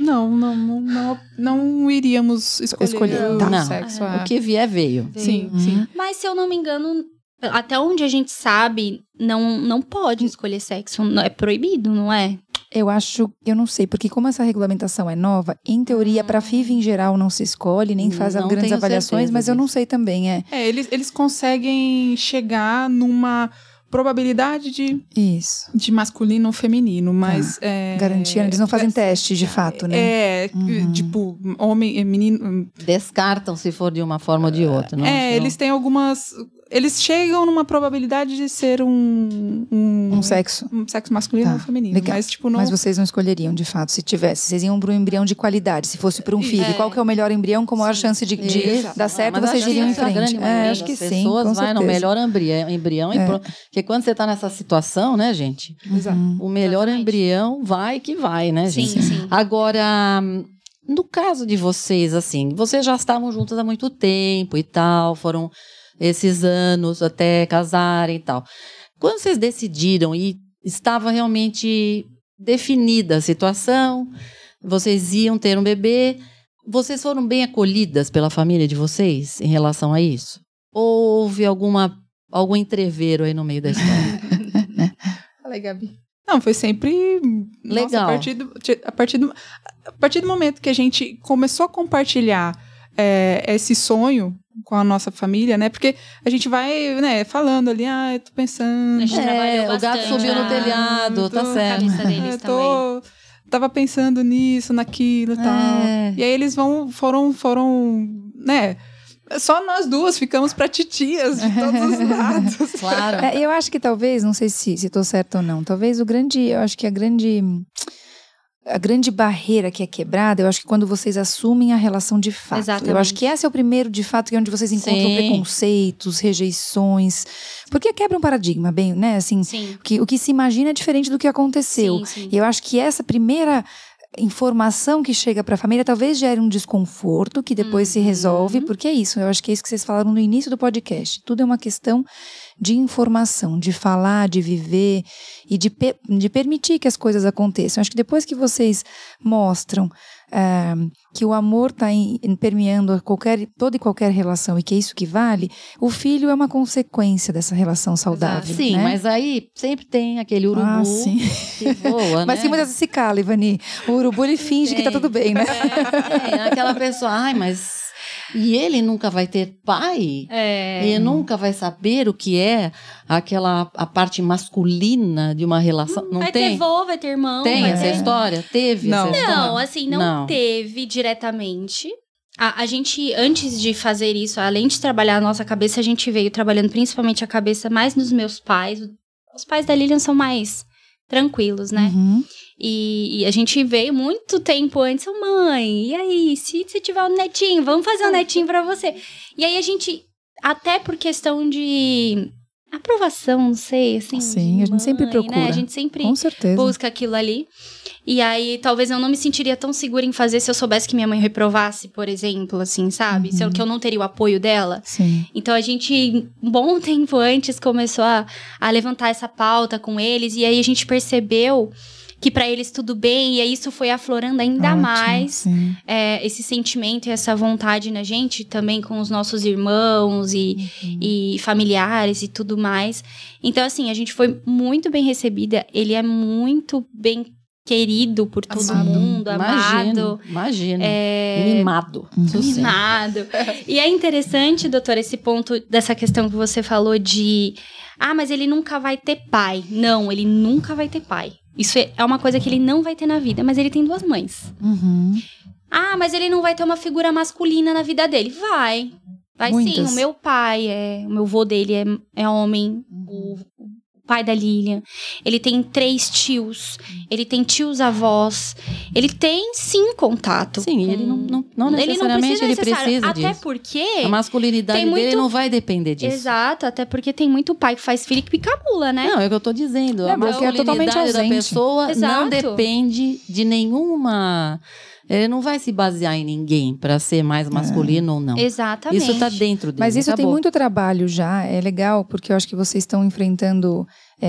Não iríamos escolher o sexo. O que vier, veio. Sim. Mas se eu não me engano, até onde a gente sabe, não pode escolher sexo. É proibido, não é? Eu não sei, porque como essa regulamentação é nova, em teoria, para FIV em geral não se escolhe, nem faz grandes avaliações, mas eu não sei também, eles conseguem chegar numa probabilidade de masculino ou feminino, mas... Garantia, eles não fazem teste, de fato, né? Tipo, homem, menino... Descartam se for de uma forma ou de outra. Não? Eles têm algumas... Eles chegam numa probabilidade de ser um sexo. Um sexo masculino ou feminino. Legal. Mas, tipo, não... Mas vocês não escolheriam, de fato, se tivesse. Vocês iam para um embrião de qualidade, se fosse para um filho. Qual que é o melhor embrião, com maior chance de dar certo, vocês iriam em frente. Acho que sim, com certeza. Vai no melhor embrião. Porque quando você está nessa situação, né, gente? Exato. O melhor embrião vai que vai, né, gente? Sim. Agora... No caso de vocês, assim, vocês já estavam juntas há muito tempo e tal, foram esses anos até casarem e tal. Quando vocês decidiram e estava realmente definida a situação, vocês iam ter um bebê, vocês foram bem acolhidas pela família de vocês em relação a isso? Ou houve algum entrevero aí no meio da história? Fala aí, Gabi. Não, foi sempre legal. Nossa, a partir do momento que a gente começou a compartilhar esse sonho com a nossa família, né? Porque a gente vai, né, falando ali, eu tô pensando... A gente trabalhou bastante. O gato subiu no telhado, tá certo. A cabeça deles também. Tava pensando nisso, naquilo e tal. E aí eles foram, né... Só nós duas ficamos pra titias de todos os lados. Claro. Eu acho que talvez, não sei se estou certa ou não, talvez eu acho que a grande barreira que é quebrada, eu acho que quando vocês assumem a relação de fato. Exatamente. Eu acho que esse é o primeiro, de fato, que é onde vocês encontram preconceitos, rejeições. Porque quebra um paradigma, bem, né? Assim, o que se imagina é diferente do que aconteceu. Sim. E eu acho que essa primeira informação que chega para a família talvez gere um desconforto que depois se resolve, porque é isso, eu acho que é isso que vocês falaram no início do podcast, tudo é uma questão de informação, de falar, de viver e de permitir que as coisas aconteçam. Eu acho que depois que vocês mostram que o amor está permeando toda e qualquer relação e que é isso que vale, o filho é uma consequência dessa relação saudável. Sim, né? mas aí sempre tem aquele urubu que voa, mas que muitas vezes se cala, Ivani. O urubu ele finge que tá tudo bem, né? Aquela pessoa, mas... E ele nunca vai ter pai? Ele nunca vai saber o que é a parte masculina de uma relação? Não vai tem? Ter vô, vai ter irmão. Tem essa história? Teve essa história? Não, assim, não teve diretamente. A gente, antes de fazer isso, além de trabalhar a nossa cabeça, a gente veio trabalhando principalmente a cabeça mais nos meus pais. Os pais da Lilian são mais tranquilos, né? E a gente veio muito tempo antes, mãe, e aí, se tiver um netinho, vamos fazer um netinho pra você. E aí a gente, até por questão de aprovação, não sei, assim. Sim, a gente sempre procura. Né? A gente sempre busca aquilo ali. E aí, talvez eu não me sentiria tão segura em fazer se eu soubesse que minha mãe reprovasse, por exemplo, assim, sabe? Que eu não teria o apoio dela. Sim. Então, a gente, um bom tempo antes, começou a levantar essa pauta com eles. E aí, a gente percebeu que para eles tudo bem. E aí, isso foi aflorando ainda mais esse sentimento e essa vontade na gente, também com os nossos irmãos e familiares e tudo mais. Então, assim, a gente foi muito bem recebida. Ele é muito bem querido por todo mundo, amado. Imagino. Mimado. Mimado. E é interessante, doutora, esse ponto dessa questão que você falou de... mas ele nunca vai ter pai. Não, ele nunca vai ter pai. Isso é uma coisa que ele não vai ter na vida, mas ele tem 2 mães. Mas ele não vai ter uma figura masculina na vida dele. Vai sim. O meu pai, o meu vô dele é homem. O pai da Lilian. Ele tem 3 tios. Ele tem tios-avós. Ele tem, sim, contato. Sim, ele não necessariamente ele precisa até disso. Porque... A masculinidade dele não vai depender disso. Exato, até porque tem muito pai que faz filho que picabula, né? Não, é o que eu tô dizendo. A masculinidade da pessoa não depende de nenhuma... Ele não vai se basear em ninguém para ser mais masculino ou não. Exatamente. Isso tá dentro dele. Mas isso tem muito trabalho já. É legal, porque eu acho que vocês estão enfrentando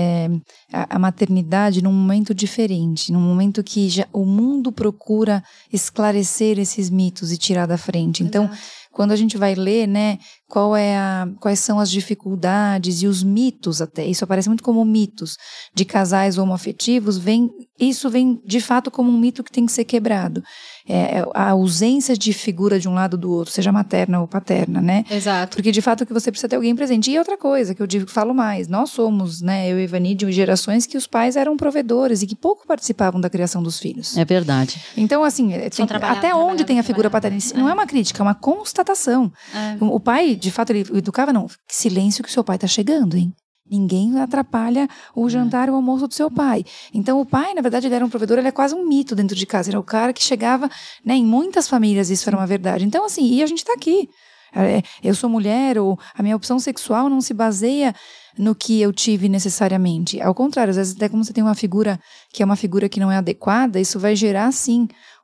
a maternidade num momento diferente. Num momento que o mundo procura esclarecer esses mitos e tirar da frente. Então, quando a gente vai ler, né, quais são as dificuldades e os mitos até, isso aparece muito como mitos de casais homoafetivos, isso vem de fato como um mito que tem que ser quebrado. A ausência de figura de um lado do outro, seja materna ou paterna, né? Exato. Porque de fato que você precisa ter alguém presente. E outra coisa que eu falo mais, nós somos, né, eu e Ivani, de gerações que os pais eram provedores e que pouco participavam da criação dos filhos. É verdade. Então, assim, até onde tem a figura paterna? Não é uma crítica, é uma constatação. O pai, de fato, ele educava, não, silêncio que seu pai tá chegando, hein? Ninguém atrapalha o jantar e o almoço do seu pai. Então, o pai, na verdade, ele era um provedor, ele é quase um mito dentro de casa. Ele era o cara que chegava, né, em muitas famílias isso era uma verdade. Então, assim, e a gente tá aqui. Eu sou mulher, ou a minha opção sexual não se baseia no que eu tive necessariamente. Ao contrário, às vezes até como você tem uma figura que é uma figura que não é adequada, isso vai gerar, sim,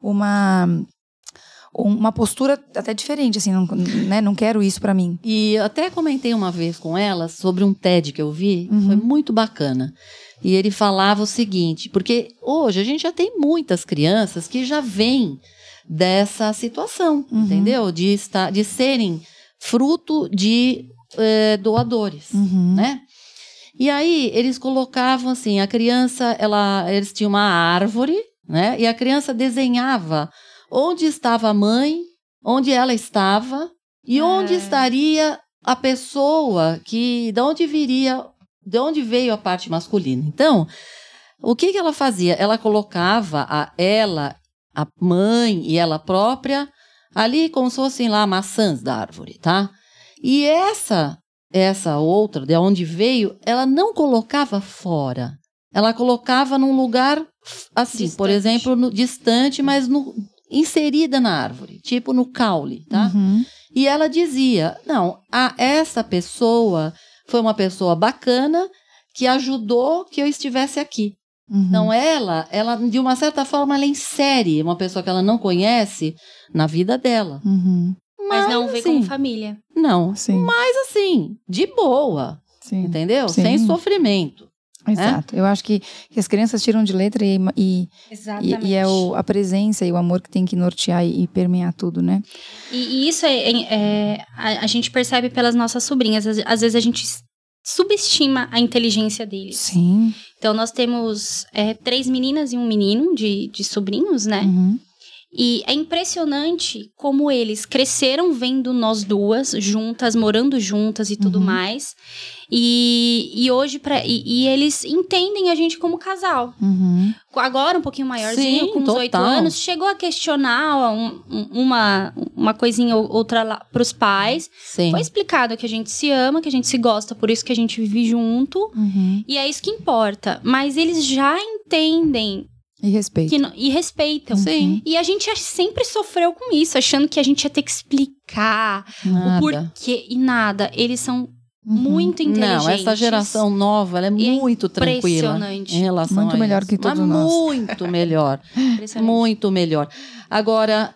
uma postura até diferente, assim, não quero isso pra mim. E até comentei uma vez com ela sobre um TED que eu vi, foi muito bacana. E ele falava o seguinte, porque hoje a gente já tem muitas crianças que já vêm dessa situação, entendeu? De serem fruto de doadores, né? E aí eles colocavam assim, a criança, eles tinham uma árvore, né? E a criança desenhava onde estava a mãe, onde ela estava e onde estaria a pessoa de onde veio a parte masculina. Então, o que ela fazia? Ela colocava a mãe e ela própria ali como se fossem lá maçãs da árvore, tá? E essa outra, de onde veio, ela não colocava fora. Ela colocava num lugar assim, distante. Por exemplo, distante, mas inserida na árvore, tipo no caule, tá? E ela dizia, não, essa pessoa foi uma pessoa bacana que ajudou que eu estivesse aqui. Então, ela, de uma certa forma, ela insere uma pessoa que ela não conhece na vida dela. Mas não vê como família. Não, mas assim, de boa, entendeu? Sim. Sem sofrimento. Exato. Eu acho que as crianças tiram de letra e é a presença e o amor que tem que nortear e permear tudo, né? E isso a gente percebe pelas nossas sobrinhas. Às vezes a gente subestima a inteligência deles. Sim. Então nós temos 3 meninas e um menino de sobrinhos, né? E é impressionante como eles cresceram vendo nós duas juntas, morando juntas e tudo mais. E hoje, eles entendem a gente como casal. Agora, um pouquinho maiorzinho, com uns 8 anos, chegou a questionar uma coisinha ou outra para os pais. Sim. Foi explicado que a gente se ama, que a gente se gosta, por isso que a gente vive junto. E é isso que importa. Mas eles já entendem. E respeitam. E respeitam. Sim. E a gente sempre sofreu com isso, achando que a gente ia ter que explicar o porquê. E nada. Eles são muito inteligentes. Não, essa geração nova, ela é muito tranquila em relação muito a melhor isso. que todos nós. Muito melhor. Muito melhor. Agora,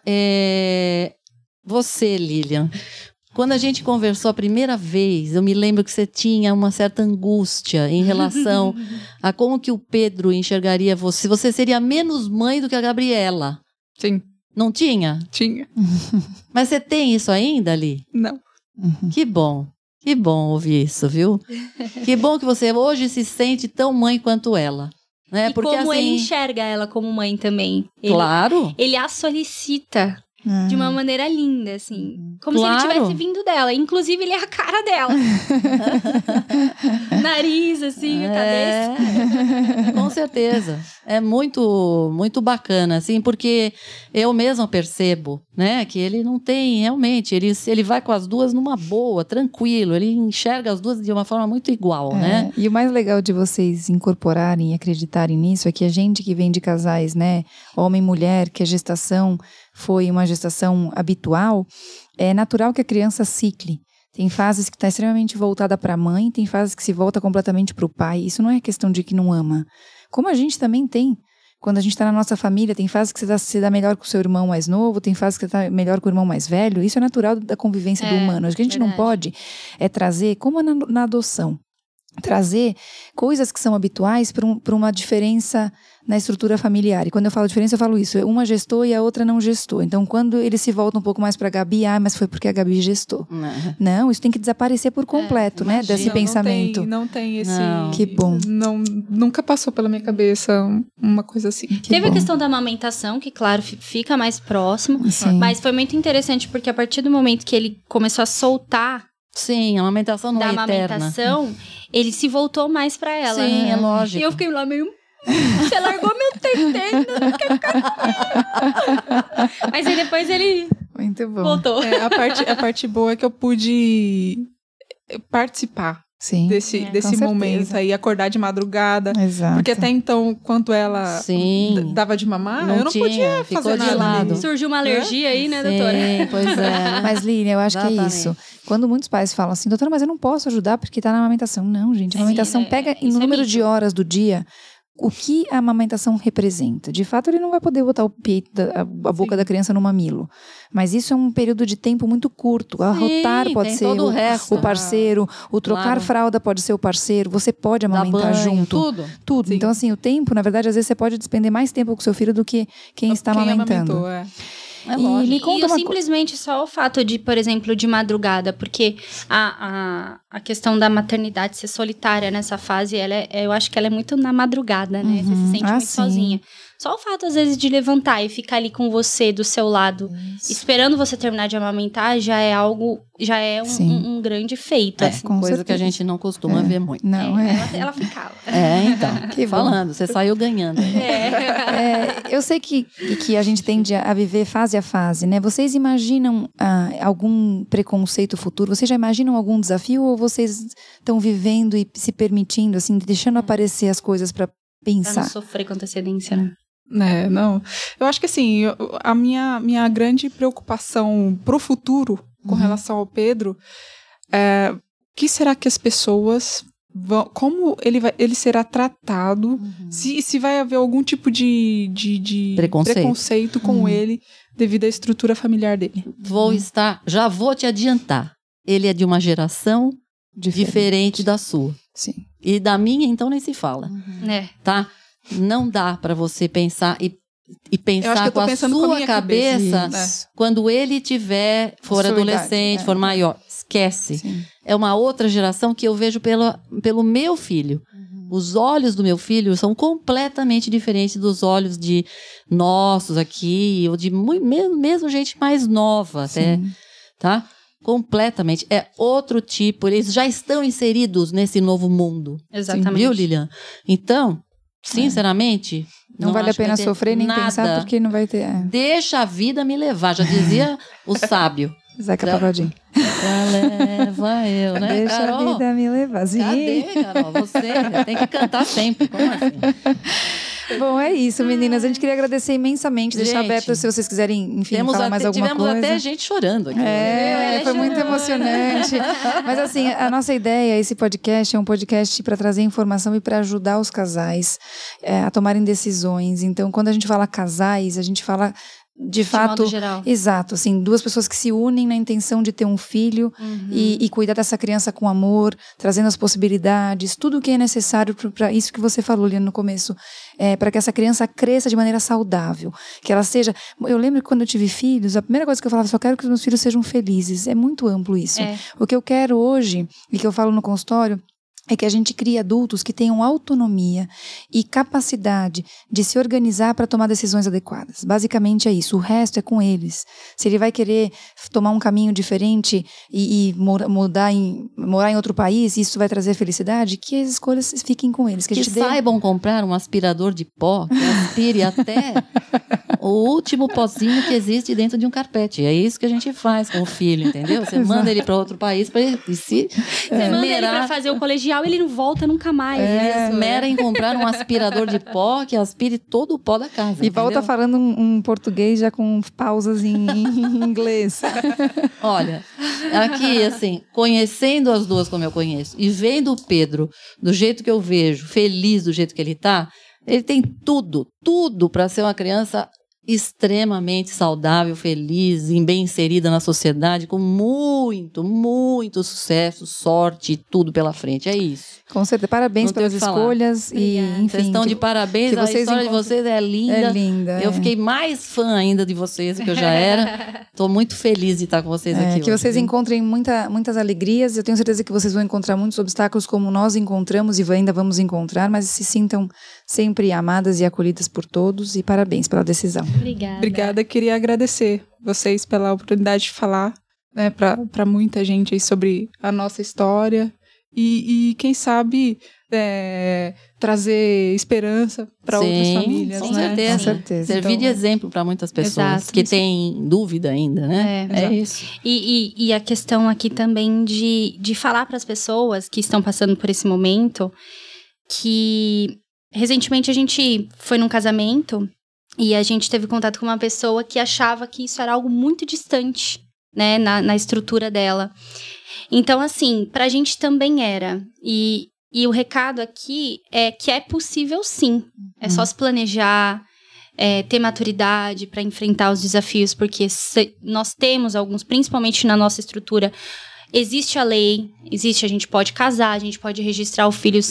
você, Lilian, quando a gente conversou a primeira vez, eu me lembro que você tinha uma certa angústia em relação a como que o Pedro enxergaria você. Você seria menos mãe do que a Gabriela. Sim. Não tinha? Tinha. Mas você tem isso ainda, Li? Não. Que bom. Que bom ouvir isso, viu? Que bom que você hoje se sente tão mãe quanto ela. Né? E porque, como assim, ele enxerga ela como mãe também. Claro. Ele a solicita de uma maneira linda, assim. Como se ele tivesse vindo dela. Inclusive, ele é a cara dela. Nariz, assim, a cabeça. Com certeza. É muito, muito bacana, assim, porque eu mesma percebo, né, que ele não tem, realmente, ele vai com as duas numa boa, tranquilo, ele enxerga as duas de uma forma muito igual, né? E o mais legal de vocês incorporarem e acreditarem nisso é que a gente que vem de casais, né, homem e mulher, que a gestação foi uma gestação habitual, é natural que a criança cicle. Tem fases que está extremamente voltada para a mãe, tem fases que se volta completamente para o pai. Isso não é questão de que não ama. Como a gente também tem. Quando a gente está na nossa família, tem fases que você se dá melhor com o seu irmão mais novo, tem fases que você está melhor com o irmão mais velho. Isso é natural da convivência do humano. O que a gente não pode é trazer, como na adoção. trazer coisas que são habituais para uma diferença na estrutura familiar. E quando eu falo diferença, eu falo isso. Uma gestou e a outra não gestou. Então, quando ele se volta um pouco mais para a Gabi, mas foi porque a Gabi gestou. Não, isso tem que desaparecer por completo, né? Desse pensamento. Não tem esse... Não. Que bom. Nunca passou pela minha cabeça uma coisa assim. Teve a questão da amamentação, que claro, fica mais próximo. Sim. Mas foi muito interessante, porque a partir do momento que ele começou a soltar... Sim, a amamentação não é eterna. Da amamentação, ele se voltou mais pra ela. Sim, né? é lógico. E eu fiquei lá meio... Você largou meu tetê, não quer ficar comigo. Mas aí depois ele muito bom. Voltou. A parte boa é que eu pude participar desse momento aí, acordar de madrugada. Exato. Porque até então, quando ela dava de mamar, eu não podia fazer nada. Lado. Surgiu uma alergia aí, né, doutora? Sim, pois é. Mas, Lilian, eu acho que é isso. Quando muitos pais falam assim, doutora, mas eu não posso ajudar porque tá na amamentação. Não, gente, a amamentação pega no número de horas do dia o que a amamentação representa. De fato, ele não vai poder botar o peito, a boca da criança no mamilo. Mas isso é um período de tempo muito curto. Arrotar pode ser o parceiro, o trocar fralda pode ser o parceiro, você pode amamentar junto. Tudo. Sim. Então, assim, o tempo, na verdade, às vezes você pode despender mais tempo com seu filho do que quem está amamentando. E simplesmente só o fato de, por exemplo, de madrugada, porque a questão da maternidade ser solitária nessa fase, eu acho que ela é muito na madrugada, né? Você se sente muito sozinha. Só o fato, às vezes, de levantar e ficar ali com você, do seu lado, esperando você terminar de amamentar, já é um grande feito. Assim. Coisa que a gente não costuma ver muito. Não, Ela ficava. Então. Que falando, você saiu ganhando. Eu sei que a gente tende a viver fase a fase, né? Vocês imaginam algum preconceito futuro? Vocês já imaginam algum desafio ou vocês estão vivendo e se permitindo, assim, deixando aparecer as coisas para pensar? Pra não sofrer com antecedência, né? Não. Eu acho que assim, a minha grande preocupação pro futuro com relação ao Pedro é que será que as pessoas vão, como ele será tratado, se vai haver algum tipo de preconceito com ele devido à estrutura familiar dele. Já vou te adiantar, ele é de uma geração diferente da sua. Sim. E da minha, então, nem se fala. Tá? Não dá para você pensar e pensar com a sua cabeça quando ele for adolescente, for maior. Esquece. Sim. É uma outra geração que eu vejo pelo meu filho. Os olhos do meu filho são completamente diferentes dos olhos de nossos aqui, ou de mesmo gente mais nova até, tá? Completamente. É outro tipo, eles já estão inseridos nesse novo mundo. Exatamente. Viu, Lilian? Então, sinceramente, não vale a pena sofrer nem pensar porque não vai ter. Deixa a vida me levar, já dizia o sábio. Zeca Pagodinho. Leva eu, né? Deixa Carol, a vida me levar. Cadê, Carol? Você tem que cantar sempre. Como assim? Bom, é isso, meninas. A gente queria agradecer imensamente, deixar aberto se vocês quiserem, enfim, falar mais alguma coisa. Tivemos até gente chorando aqui. Foi muito emocionante. Mas assim, a nossa ideia, esse podcast, é um podcast para trazer informação e para ajudar os casais a tomarem decisões. Então, quando a gente fala casais, a gente fala de fato, modo geral. Exato, assim, duas pessoas que se unem na intenção de ter um filho e cuidar dessa criança com amor, trazendo as possibilidades, tudo o que é necessário para isso que você falou, Liana, no começo, para que essa criança cresça de maneira saudável, que ela seja... Eu lembro que quando eu tive filhos, a primeira coisa que eu falava, só quero que os meus filhos sejam felizes. É muito amplo isso. O que eu quero hoje, e que eu falo no consultório, é que a gente crie adultos que tenham autonomia e capacidade de se organizar para tomar decisões adequadas. Basicamente é isso. O resto é com eles. Se ele vai querer tomar um caminho diferente e morar em outro país, e isso vai trazer felicidade, que as escolhas fiquem com eles. Que saibam comprar um aspirador de pó que aspire até o último pozinho que existe dentro de um carpete. É isso que a gente faz com o filho, entendeu? Você manda ele para outro país para ele Você manda ele para fazer o colegial, ele não volta nunca mais. Esmera em comprar um aspirador de pó que aspire todo o pó da casa. E entendeu? Volta falando um português já com pausas em inglês. Olha, aqui, assim, conhecendo as duas como eu conheço e vendo o Pedro do jeito que eu vejo, feliz do jeito que ele tem tudo para ser uma criança extremamente saudável, feliz e bem inserida na sociedade, com muito, muito sucesso, sorte e tudo pela frente. É isso. Com certeza. Parabéns pelas escolhas. E, enfim, vocês estão de parabéns. A história de vocês é linda. É linda. Eu fiquei mais fã ainda de vocês do que eu já era. Estou muito feliz de estar com vocês aqui que hoje, vocês encontrem muitas alegrias. Eu tenho certeza que vocês vão encontrar muitos obstáculos como nós encontramos e ainda vamos encontrar, mas se sintam sempre amadas e acolhidas por todos. E parabéns pela decisão. Obrigada. Queria agradecer vocês pela oportunidade de falar, né, para muita gente aí sobre a nossa história e quem sabe trazer esperança para outras famílias. Com né? certeza. Servir de exemplo para muitas pessoas que têm dúvida ainda, né? É isso. E a questão aqui também de falar para as pessoas que estão passando por esse momento que recentemente a gente foi num casamento e a gente teve contato com uma pessoa que achava que isso era algo muito distante, né, na estrutura dela. Então, assim, pra gente também era. E o recado aqui é que é possível sim. É só se planejar, ter maturidade para enfrentar os desafios, porque nós temos alguns, principalmente na nossa estrutura. Existe a lei, a gente pode casar, a gente pode registrar o filho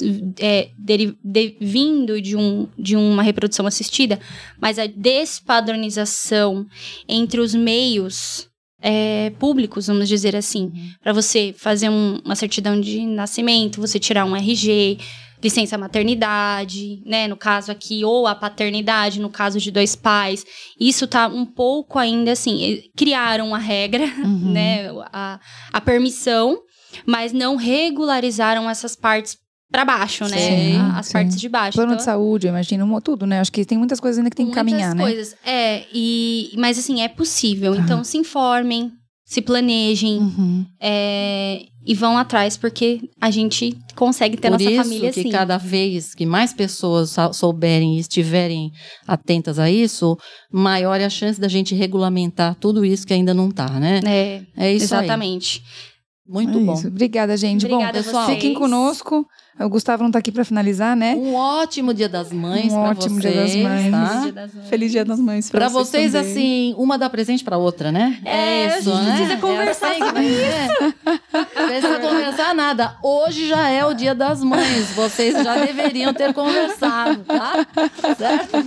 vindo de uma reprodução assistida, mas a despadronização entre os meios públicos, vamos dizer assim, para você fazer uma certidão de nascimento, você tirar um RG, licença maternidade, né, no caso aqui, ou a paternidade, no caso de 2 pais, isso tá um pouco ainda assim, criaram a regra, né, a permissão, mas não regularizaram essas partes para baixo, né, as partes de baixo. Plano de saúde, eu imagino, tudo, né, acho que tem muitas coisas ainda que tem que caminhar, né. Muitas coisas, mas assim, é possível, então se informem, se planejem, e vão atrás, porque a gente consegue ter nossa família assim. Por isso que cada vez que mais pessoas souberem e estiverem atentas a isso, maior é a chance da gente regulamentar tudo isso que ainda não tá, né? É isso exatamente. Aí. Muito bom. Isso. Obrigada, gente. Obrigada, pessoal, fiquem conosco. O Gustavo não tá aqui para finalizar, né? Um ótimo Dia das Mães para vocês. Dia das Mães. Tá? Feliz Dia das Mães para vocês também. Assim, uma dá presente para outra, né? Isso, a gente precisa conversar sobre isso. Não precisa conversar nada. Hoje já é o Dia das Mães. Vocês já deveriam ter conversado, tá? Certo?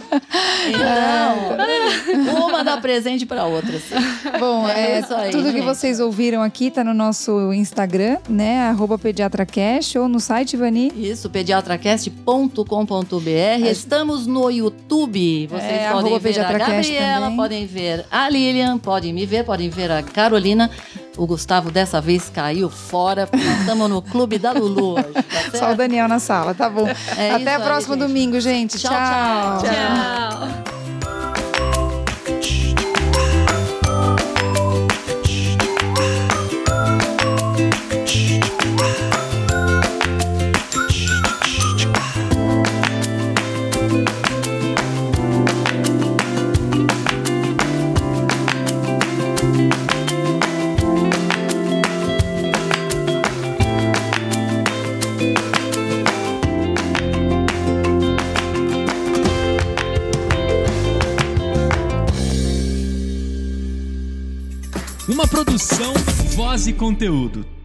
Então, uma dá presente para outra. Assim. Bom, isso aí, tudo gente. que vocês ouviram aqui tá no nosso Instagram, né? @pediatracast ou no site, Vani. Isso, pediatracast.com.br. Estamos no YouTube. Vocês podem ver a Gabriela, também. Podem ver a Lilian, podem me ver, podem ver a Carolina. O Gustavo dessa vez caiu fora, porque nós estamos no Clube da Lulu hoje. Tá Só o Daniel na sala, tá bom. Até o próximo domingo, gente. Tchau, tchau. Tchau. Uma produção, voz e conteúdo.